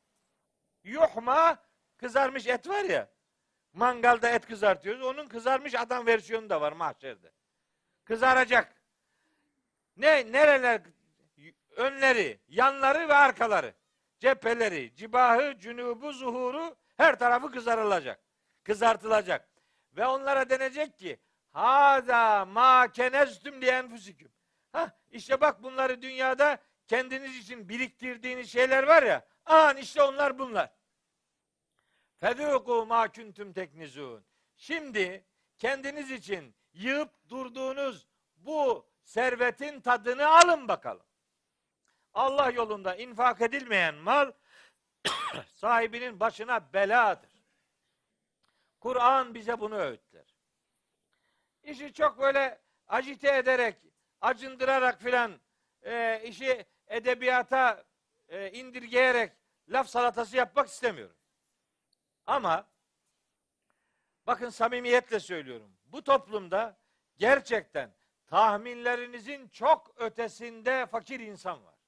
Yuhma, kızarmış et var ya. Mangalda et kızartıyoruz. Onun kızarmış adam versiyonu da var mahşerde. Kızaracak. Nereler? Önleri, yanları ve arkaları. Cepheleri, cibahı, cünubu, zuhuru, her tarafı kızarılacak. Kızartılacak. Ve onlara denecek ki hâzâ mâ keneztüm li enfusiküm. İşte bak, bunları dünyada kendiniz için biriktirdiğiniz şeyler var ya, işte onlar bunlar. Fezûkû mâ kuntum teknizûn. Şimdi kendiniz için yığıp durduğunuz bu servetin tadını alın bakalım. Allah yolunda infak edilmeyen mal sahibinin başına beladır. Kur'an bize bunu öğütler. İşi çok böyle agite ederek, acındırarak filan işi edebiyata indirgeyerek laf salatası yapmak istemiyorum. Ama bakın, samimiyetle söylüyorum. Bu toplumda gerçekten tahminlerinizin çok ötesinde fakir insan var.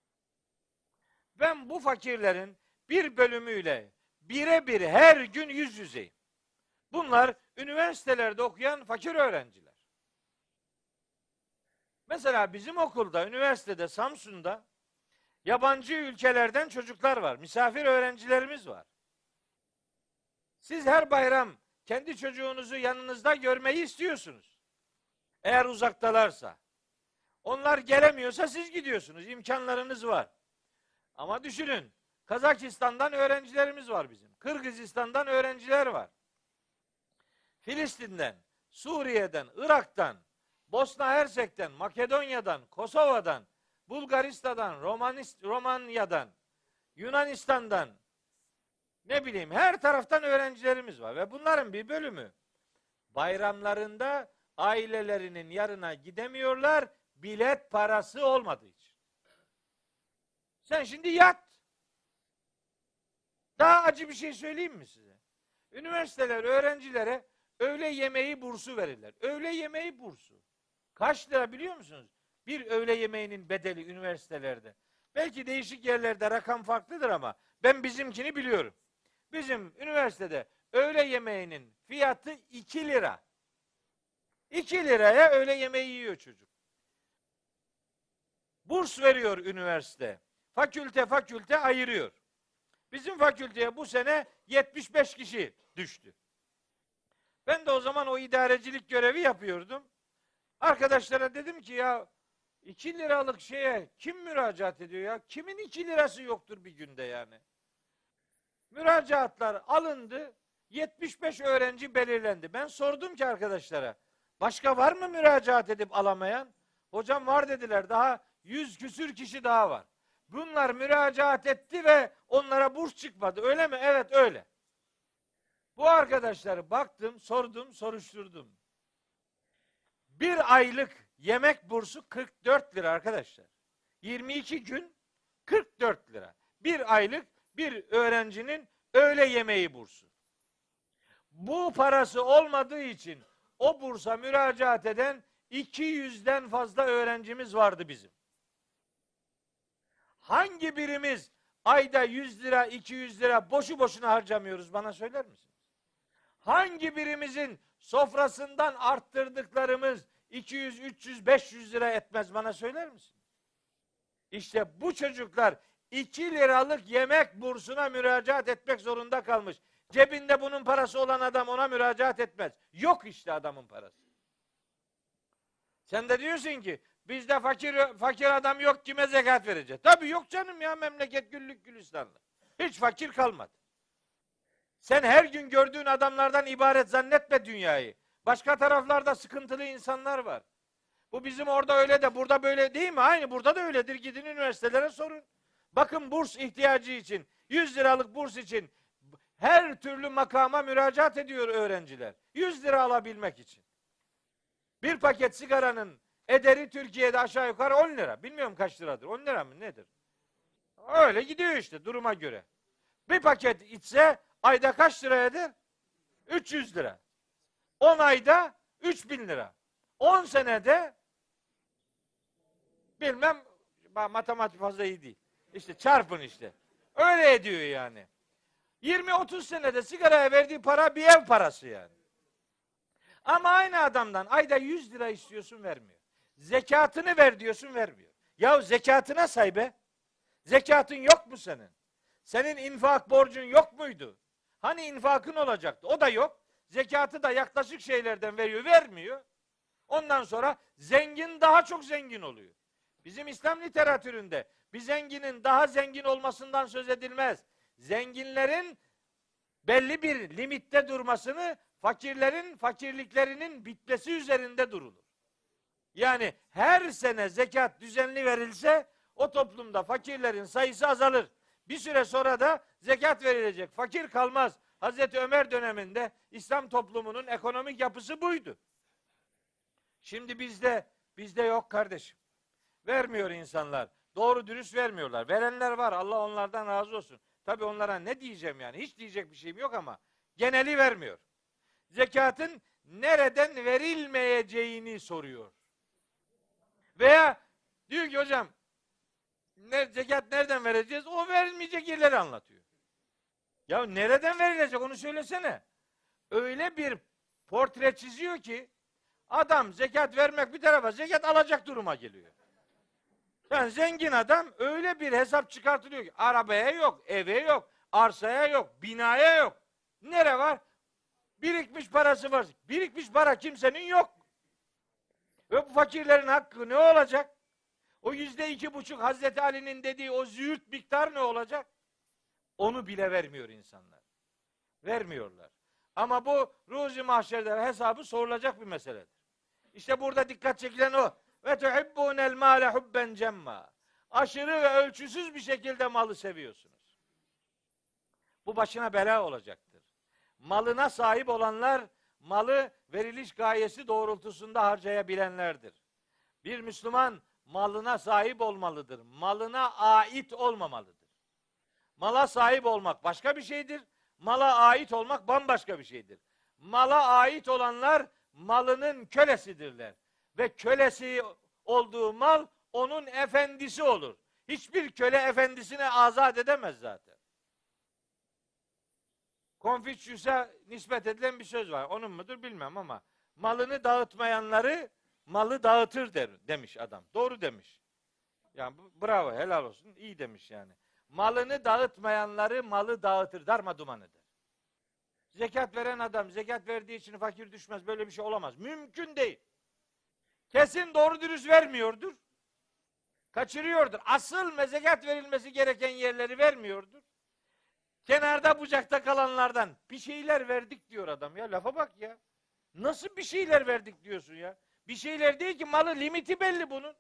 Ben bu fakirlerin bir bölümüyle birebir her gün yüz yüzeyim. Bunlar üniversitelerde okuyan fakir öğrenciler. Mesela bizim okulda, üniversitede, Samsun'da yabancı ülkelerden çocuklar var. Misafir öğrencilerimiz var. Siz her bayram kendi çocuğunuzu yanınızda görmeyi istiyorsunuz. Eğer uzaktalarsa. Onlar gelemiyorsa siz gidiyorsunuz. İmkanlarınız var. Ama düşünün, Kazakistan'dan öğrencilerimiz var bizim. Kırgızistan'dan öğrenciler var. Filistin'den, Suriye'den, Irak'tan, Bosna Hersek'ten, Makedonya'dan, Kosova'dan, Bulgaristan'dan, Romanya'dan, Yunanistan'dan, ne bileyim, her taraftan öğrencilerimiz var. Ve bunların bir bölümü bayramlarında ailelerinin yanına gidemiyorlar, bilet parası olmadığı için. Sen şimdi yat. Daha acı bir şey söyleyeyim mi size? Üniversiteler öğrencilere öğle yemeği bursu verirler. Öğle yemeği bursu. Kaç lira biliyor musunuz? Bir öğle yemeğinin bedeli üniversitelerde. Belki değişik yerlerde rakam farklıdır ama ben bizimkini biliyorum. Bizim üniversitede öğle yemeğinin fiyatı 2 lira. 2 liraya öğle yemeği yiyor çocuk. Burs veriyor üniversite. Fakülte ayırıyor. Bizim fakülteye bu sene 75 kişi düştü. Ben de o zaman o idarecilik görevi yapıyordum. Arkadaşlara dedim ki ya 2 liralık şeye kim müracaat ediyor ya? Kimin 2 lirası yoktur bir günde yani? Müracaatlar alındı. 75 öğrenci belirlendi. Ben sordum ki arkadaşlara, başka var mı müracaat edip alamayan? Hocam var dediler. Daha 100 küsür kişi daha var. Bunlar müracaat etti ve onlara burs çıkmadı. Öyle mi? Evet, öyle. Bu arkadaşları baktım, sordum, soruşturdum. Bir aylık yemek bursu 44 lira arkadaşlar. 22 gün 44 lira. Bir aylık bir öğrencinin öğle yemeği bursu. Bu parası olmadığı için o bursa müracaat eden 200'den fazla öğrencimiz vardı bizim. Hangi birimiz ayda 100 lira, 200 lira boşu boşuna harcamıyoruz, bana söyler misiniz? Hangi birimizin sofrasından arttırdıklarımız 200, 300, 500 lira etmez, bana söyler misin? İşte bu çocuklar 2 liralık yemek bursuna müracaat etmek zorunda kalmış. Cebinde bunun parası olan adam ona müracaat etmez. Yok işte adamın parası. Sen de diyorsun ki bizde fakir adam yok, kime zekat verecek? Tabii yok canım ya, memleket güllük gülistanlı. Hiç fakir kalmadı. Sen her gün gördüğün adamlardan ibaret zannetme dünyayı. Başka taraflarda sıkıntılı insanlar var. Bu bizim orada öyle de burada böyle değil mi? Aynı burada da öyledir. Gidin üniversitelere sorun. Bakın, burs ihtiyacı için, 100 liralık burs için her türlü makama müracaat ediyor öğrenciler. 100 lira alabilmek için. Bir paket sigaranın ederi Türkiye'de aşağı yukarı 10 lira. Bilmiyorum kaç liradır. 10 lira mı nedir? Öyle gidiyor işte duruma göre. Bir paket içse ayda kaç lira eder? 300 lira. 10 ayda 3000 lira. 10 senede bilmem, matematik fazla iyi değil. İşte çarpın işte. Öyle ediyor yani. 20-30 senede sigaraya verdiği para bir ev parası yani. Ama aynı adamdan ayda 100 lira istiyorsun, vermiyor. Zekatını ver diyorsun, vermiyor. Ya zekatına say be. Zekatın yok mu senin? Senin infak borcun yok muydu? Hani infakın olacaktı? O da yok. Zekatı da yaklaşık şeylerden veriyor, vermiyor. Ondan sonra zengin daha çok zengin oluyor. Bizim İslam literatüründe bir zenginin daha zengin olmasından söz edilmez. Zenginlerin belli bir limitte durmasını, fakirlerin fakirliklerinin bitmesi üzerinde durulur. Yani her sene zekat düzenli verilse o toplumda fakirlerin sayısı azalır. Bir süre sonra da zekat verilecek. Fakir kalmaz. Hazreti Ömer döneminde İslam toplumunun ekonomik yapısı buydu. Şimdi bizde yok kardeşim. Vermiyor insanlar. Doğru dürüst vermiyorlar. Verenler var. Allah onlardan razı olsun. Tabii onlara ne diyeceğim yani? Hiç diyecek bir şeyim yok ama geneli vermiyor. Zekatın nereden verilmeyeceğini soruyor. Veya diyor ki hocam zekat nereden vereceğiz? O verilmeyecek yerleri anlatıyor. Ya nereden verilecek onu söylesene. Öyle bir portre çiziyor ki adam zekat vermek bir tarafa, zekat alacak duruma geliyor. Yani zengin adam öyle bir hesap çıkartılıyor ki arabaya yok, eve yok, arsaya yok, binaya yok. Nere var? Birikmiş parası var. Birikmiş para kimsenin yok. Ve bu fakirlerin hakkı ne olacak? O %2,5 Hazreti Ali'nin dediği o züğürt miktar ne olacak? Onu bile vermiyor insanlar. Vermiyorlar. Ama bu ruzi mahşerde hesabı sorulacak bir meseledir. İşte burada dikkat çekilen o. Ve tuhibbunel mâle hubben cemma. Aşırı ve ölçüsüz bir şekilde malı seviyorsunuz. Bu başına bela olacaktır. Malına sahip olanlar, malı veriliş gayesi doğrultusunda harcayabilenlerdir. Bir Müslüman malına sahip olmalıdır. Malına ait olmamalıdır. Mala sahip olmak başka bir şeydir. Mala ait olmak bambaşka bir şeydir. Mala ait olanlar malının kölesidirler. Ve kölesi olduğu mal onun efendisi olur. Hiçbir köle efendisine azat edemez zaten. Konfüçyüs'e nispet edilen bir söz var. Onun mudur bilmem ama malını dağıtmayanları malı dağıtır demiş adam. Doğru demiş. Yani bravo, helal olsun. İyi demiş yani. Malını dağıtmayanları malı dağıtır. Darma duman eder. Zekat veren adam zekat verdiği için fakir düşmez. Böyle bir şey olamaz. Mümkün değil. Kesin doğru dürüst vermiyordur. Kaçırıyordur. Asıl zekat verilmesi gereken yerleri vermiyordur. Kenarda bucakta kalanlardan bir şeyler verdik diyor adam ya. Lafa bak ya. Nasıl bir şeyler verdik diyorsun ya? Bir şeyler değil ki, malı limiti belli bunun.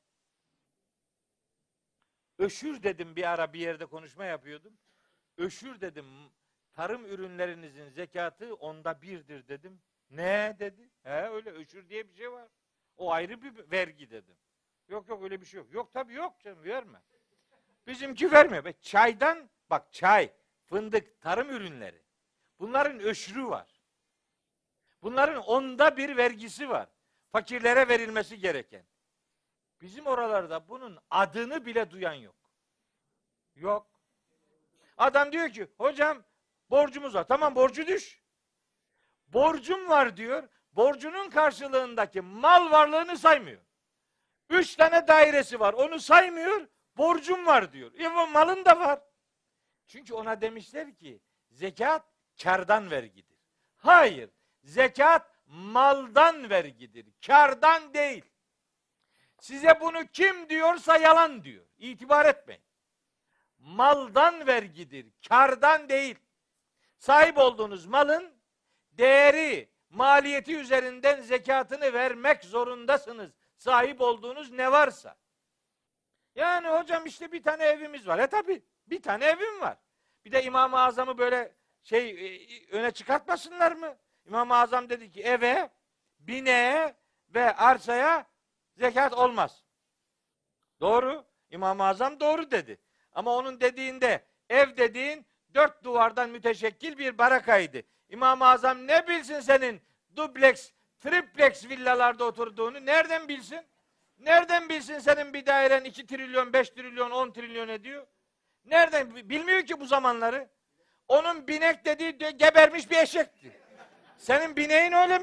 Öşür dedim bir ara, bir yerde konuşma yapıyordum. Öşür dedim, tarım ürünlerinizin zekatı 1/10'dir dedim. Ne dedi? Öyle öşür diye bir şey var. O ayrı bir vergi dedim. Yok öyle bir şey yok. Yok tabii yok canım, verme. Bizimki vermiyor. Çaydan bak, çay, fındık, tarım ürünleri. Bunların öşrü var. Bunların 1/10 vergisi var. Fakirlere verilmesi gereken. Bizim oralarda bunun adını bile duyan yok. Yok. Adam diyor ki hocam borcumuz var. Tamam, borcu düş. Borcum var diyor. Borcunun karşılığındaki mal varlığını saymıyor. 3 tane dairesi var. Onu saymıyor. Borcum var diyor. Malın da var. Çünkü ona demişler ki zekat kârdan vergidir. Hayır. Zekat maldan vergidir. Kârdan değil. Size bunu kim diyorsa yalan diyor. İtibar etmeyin. Maldan vergidir. Kârdan değil. Sahip olduğunuz malın değeri, maliyeti üzerinden zekatını vermek zorundasınız. Sahip olduğunuz ne varsa. Yani hocam işte bir tane evimiz var. Tabii bir tane evim var. Bir de İmam-ı Azam'ı böyle öne çıkartmasınlar mı? İmam-ı Azam dedi ki eve, bineğe ve arsaya zekat olmaz. Doğru. İmam-ı Azam doğru dedi. Ama onun dediğinde ev dediğin 4 duvardan müteşekkil bir barakaydı. İmam-ı Azam ne bilsin senin dubleks, triplex villalarda oturduğunu, nereden bilsin? Nereden bilsin senin bir dairen 2 trilyon, 5 trilyon, 10 trilyon ediyor? Nereden? Bilmiyor ki bu zamanları. Onun binek dediği gebermiş bir eşekti. Senin bineğin öyle mi?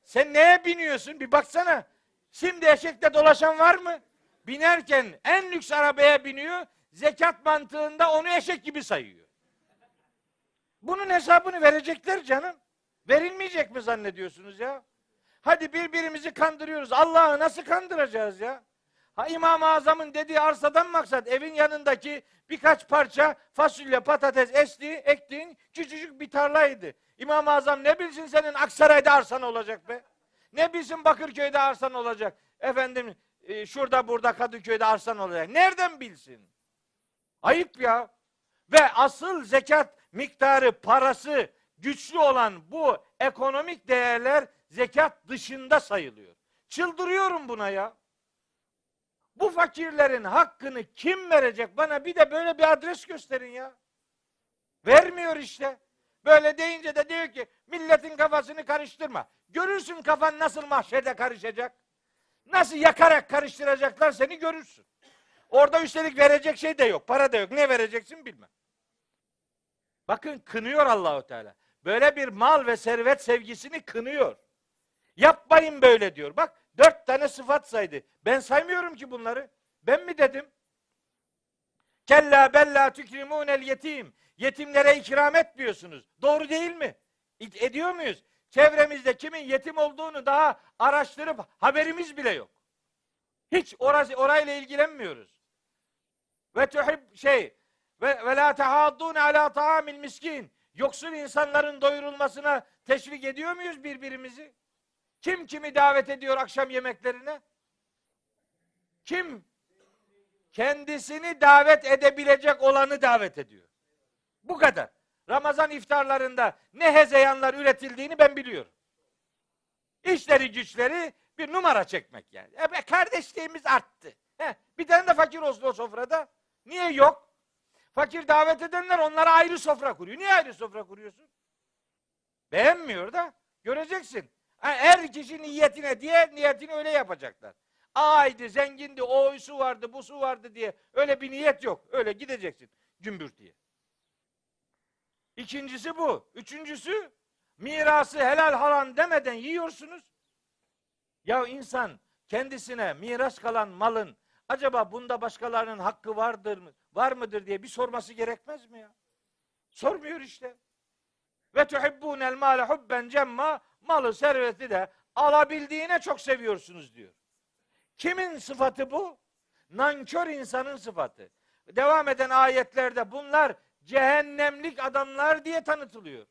Sen neye biniyorsun? Bir baksana. Şimdi eşekle dolaşan var mı? Binerken en lüks arabaya biniyor. Zekat mantığında onu eşek gibi sayıyor. Bunun hesabını verecekler canım. Verilmeyecek mi zannediyorsunuz ya? Hadi birbirimizi kandırıyoruz. Allah'ı nasıl kandıracağız ya? Ha, İmam-ı Azam'ın dediği arsadan maksat evin yanındaki birkaç parça fasulye, patates ektiğin küçücük bir tarlaydı. İmam-ı Azam ne bilsin senin Aksaray'da arsan olacak be? Ne bilsin Bakırköy'de arsan olacak? Efendim şurada burada Kadıköy'de arsan olacak. Nereden bilsin? Ayıp ya. Ve asıl zekat miktarı, parası güçlü olan bu ekonomik değerler zekat dışında sayılıyor. Çıldırıyorum buna ya. Bu fakirlerin hakkını kim verecek? Bana bir de böyle bir adres gösterin ya. Vermiyor işte. Böyle deyince de diyor ki milletin kafasını karıştırma. Görürsün kafan nasıl mahşerde karışacak. Nasıl yakarak karıştıracaklar seni görürsün. Orada üstelik verecek şey de yok. Para da yok. Ne vereceksin bilmem. Bakın kınıyor Allahu Teala. Böyle bir mal ve servet sevgisini kınıyor. Yapmayın böyle diyor. Bak 4 tane sıfat saydı. Ben saymıyorum ki bunları. Ben mi dedim? Kella bella tükrimunel yetim. Yetimlere ikram etmiyorsunuz. Doğru değil mi? Ediyor muyuz? Çevremizde kimin yetim olduğunu daha araştırıp haberimiz bile yok. Hiç orayla ilgilenmiyoruz. Ve ve la tahaddun ala taamil miskin. Yoksul insanların doyurulmasına teşvik ediyor muyuz birbirimizi? Kim kimi davet ediyor akşam yemeklerine? Kim? Kendisini davet edebilecek olanı davet ediyor. Bu kadar. Ramazan iftarlarında ne hezeyanlar üretildiğini ben biliyorum. İşleri güçleri bir numara çekmek yani. Kardeşliğimiz arttı. Bir tane de fakir olsun o sofrada. Niye yok? Fakir davet edenler onlara ayrı sofra kuruyor. Niye ayrı sofra kuruyorsun? Beğenmiyor da göreceksin. Her kişi niyetine diye niyetini öyle yapacaklar. Aydı, zengindi, o su vardı, bu su vardı diye öyle bir niyet yok. Öyle gideceksin cümbür diye. İkincisi bu. Üçüncüsü mirası helal haram demeden yiyorsunuz. Ya insan kendisine miras kalan malın acaba bunda başkalarının hakkı var mıdır diye bir sorması gerekmez mi ya? Sormuyor işte. Ve tuhibbunel mâle hubben cemma, malı serveti de alabildiğine çok seviyorsunuz diyor. Kimin sıfatı bu? Nankör insanın sıfatı. Devam eden ayetlerde bunlar cehennemlik adamlar diye tanıtılıyor.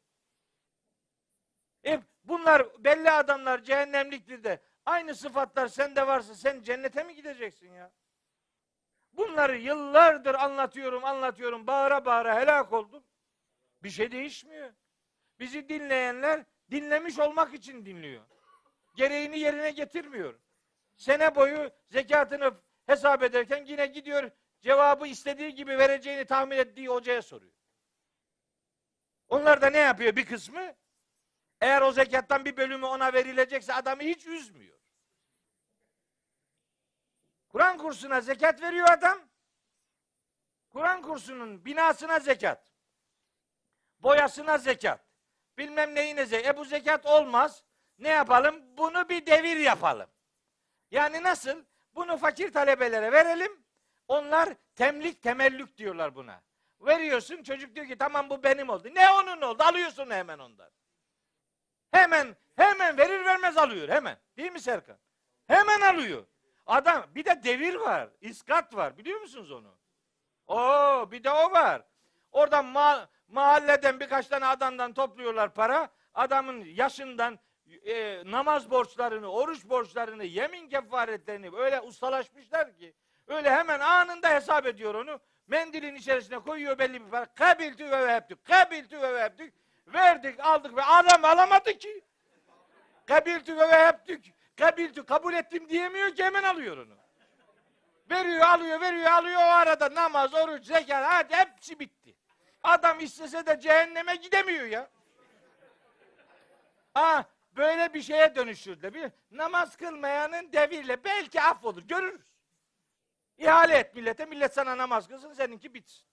Bunlar belli adamlar cehennemliktir de aynı sıfatlar sende varsa sen cennete mi gideceksin ya? Bunları yıllardır anlatıyorum, bağıra bağıra helak oldum. Bir şey değişmiyor. Bizi dinleyenler dinlemiş olmak için dinliyor. Gereğini yerine getirmiyor. Sene boyu zekatını hesap ederken yine gidiyor cevabı istediği gibi vereceğini tahmin ettiği hocaya soruyor. Onlar da ne yapıyor bir kısmı? Eğer o zekattan bir bölümü ona verilecekse adamı hiç üzmüyor. Kur'an kursuna zekat veriyor adam. Kur'an kursunun binasına zekat. Boyasına zekat. Bilmem neyine zekat. Bu zekat olmaz. Ne yapalım? Bunu bir devir yapalım. Yani nasıl? Bunu fakir talebelere verelim. Onlar temellük diyorlar buna. Veriyorsun çocuk diyor ki tamam bu benim oldu. Ne onun oldu? Alıyorsun hemen ondan. Hemen verir vermez alıyor hemen. Değil mi Serkan? Hemen alıyor. Adam bir de devir var. İskat var. Biliyor musunuz onu? Bir de o var. Oradan mahalleden birkaç tane adamdan topluyorlar para. Adamın yaşından namaz borçlarını, oruç borçlarını, yemin kefaretlerini öyle ustalaşmışlar ki öyle hemen anında hesap ediyor onu. Mendilin içerisine koyuyor belli bir para. Kabiltü ve vehebtük. Verdik, aldık ve adam alamadı ki. Kabiltü ve vehebtük. Kabul ettim diyemiyor ki hemen alıyor onu. Veriyor, alıyor. O arada namaz, oruç, zekat, hadi hepsi bitti. Adam istese de cehenneme gidemiyor ya. Böyle bir şeye dönüştürdüler. Namaz kılmayanın devirle belki affolur. Görürüz. İhale et millete. Millet sana namaz kılsın, seninki bitsin.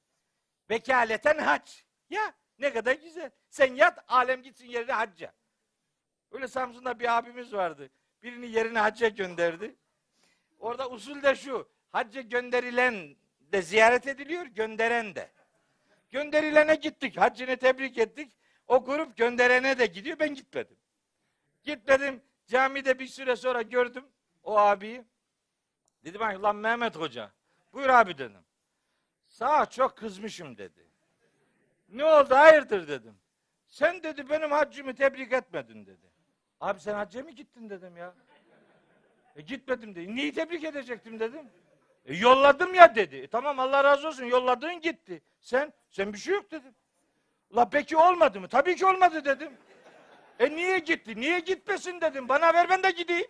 Vekaleten hac. Ya ne kadar güzel. Sen yat, alem gitsin yerine hacca. Öyle Samsun'da bir abimiz vardı. Birini yerine hacca gönderdi. Orada usul de şu. Hacca gönderilen de ziyaret ediliyor, gönderen de. Gönderilene gittik. Haccını tebrik ettik. O grup gönderene de gidiyor. Ben gitmedim. Gitmedim. Camide bir süre sonra gördüm o abiyi. Dedim lan Mehmet Hoca. Buyur abi dedim. Sana çok kızmışım dedi. Ne oldu hayırdır dedim. Sen dedi benim haccımı tebrik etmedin dedi. Abi sen hacca mı gittin dedim ya. Gitmedim dedi. Niye tebrik edecektim dedim. Yolladım ya dedi. Tamam Allah razı olsun yolladığın gitti. Sen bir şey yok dedim. La peki olmadı mı? Tabii ki olmadı dedim. Niye gitti? Niye gitmesin dedim. Bana ver ben de gideyim.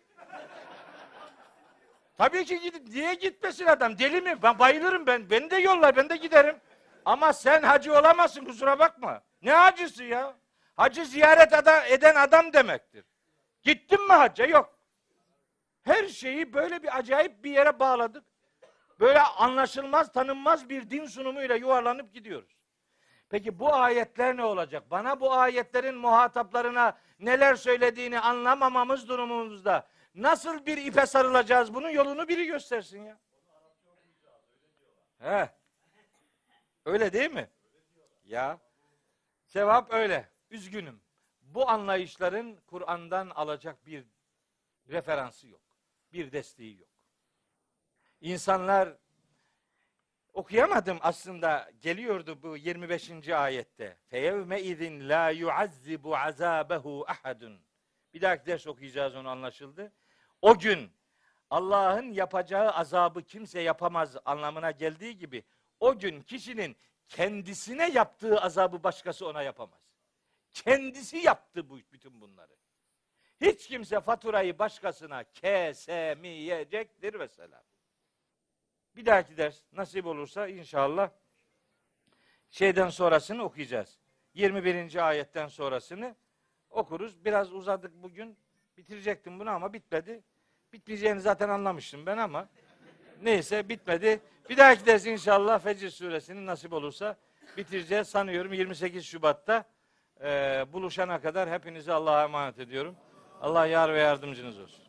Tabii ki gidip niye gitmesin adam? Deli mi? Ben bayılırım ben. Beni de yollar ben de giderim. Ama sen hacı olamazsın kusura bakma. Ne hacısı ya? Hacı ziyaret eden adam demektir. Gittin mi hacca? Yok. Her şeyi böyle bir acayip bir yere bağladık. Böyle anlaşılmaz, tanınmaz bir din sunumuyla yuvarlanıp gidiyoruz. Peki bu ayetler ne olacak? Bana bu ayetlerin muhataplarına neler söylediğini anlamamamız durumumuzda nasıl bir ipe sarılacağız? Bunun yolunu biri göstersin ya. He. Öyle değil mi? Ya. Cevap öyle. Üzgünüm. Bu anlayışların Kur'an'dan alacak bir referansı yok. Bir desteği yok. İnsanlar okuyamadım aslında. Geliyordu bu 25. ayette. Feyevme izin la yuazzibu azabehu ahadun. Bir dahaki ders okuyacağız onu anlaşıldı. O gün Allah'ın yapacağı azabı kimse yapamaz anlamına geldiği gibi o gün kişinin kendisine yaptığı azabı başkası ona yapamaz. Kendisi yaptı bütün bunları. Hiç kimse faturayı başkasına kesemeyecektir mesela. Bir dahaki ders nasip olursa inşallah şeyden sonrasını okuyacağız. 21. ayetten sonrasını okuruz. Biraz uzadık bugün. Bitirecektim bunu ama bitmedi. Bitmeyeceğini zaten anlamıştım ben ama neyse bitmedi. Bir dahaki ders inşallah Fecr suresini nasip olursa bitireceğiz sanıyorum 28 Şubat'ta buluşana kadar hepinizi Allah'a emanet ediyorum. Allah yar ve yardımcınız olsun.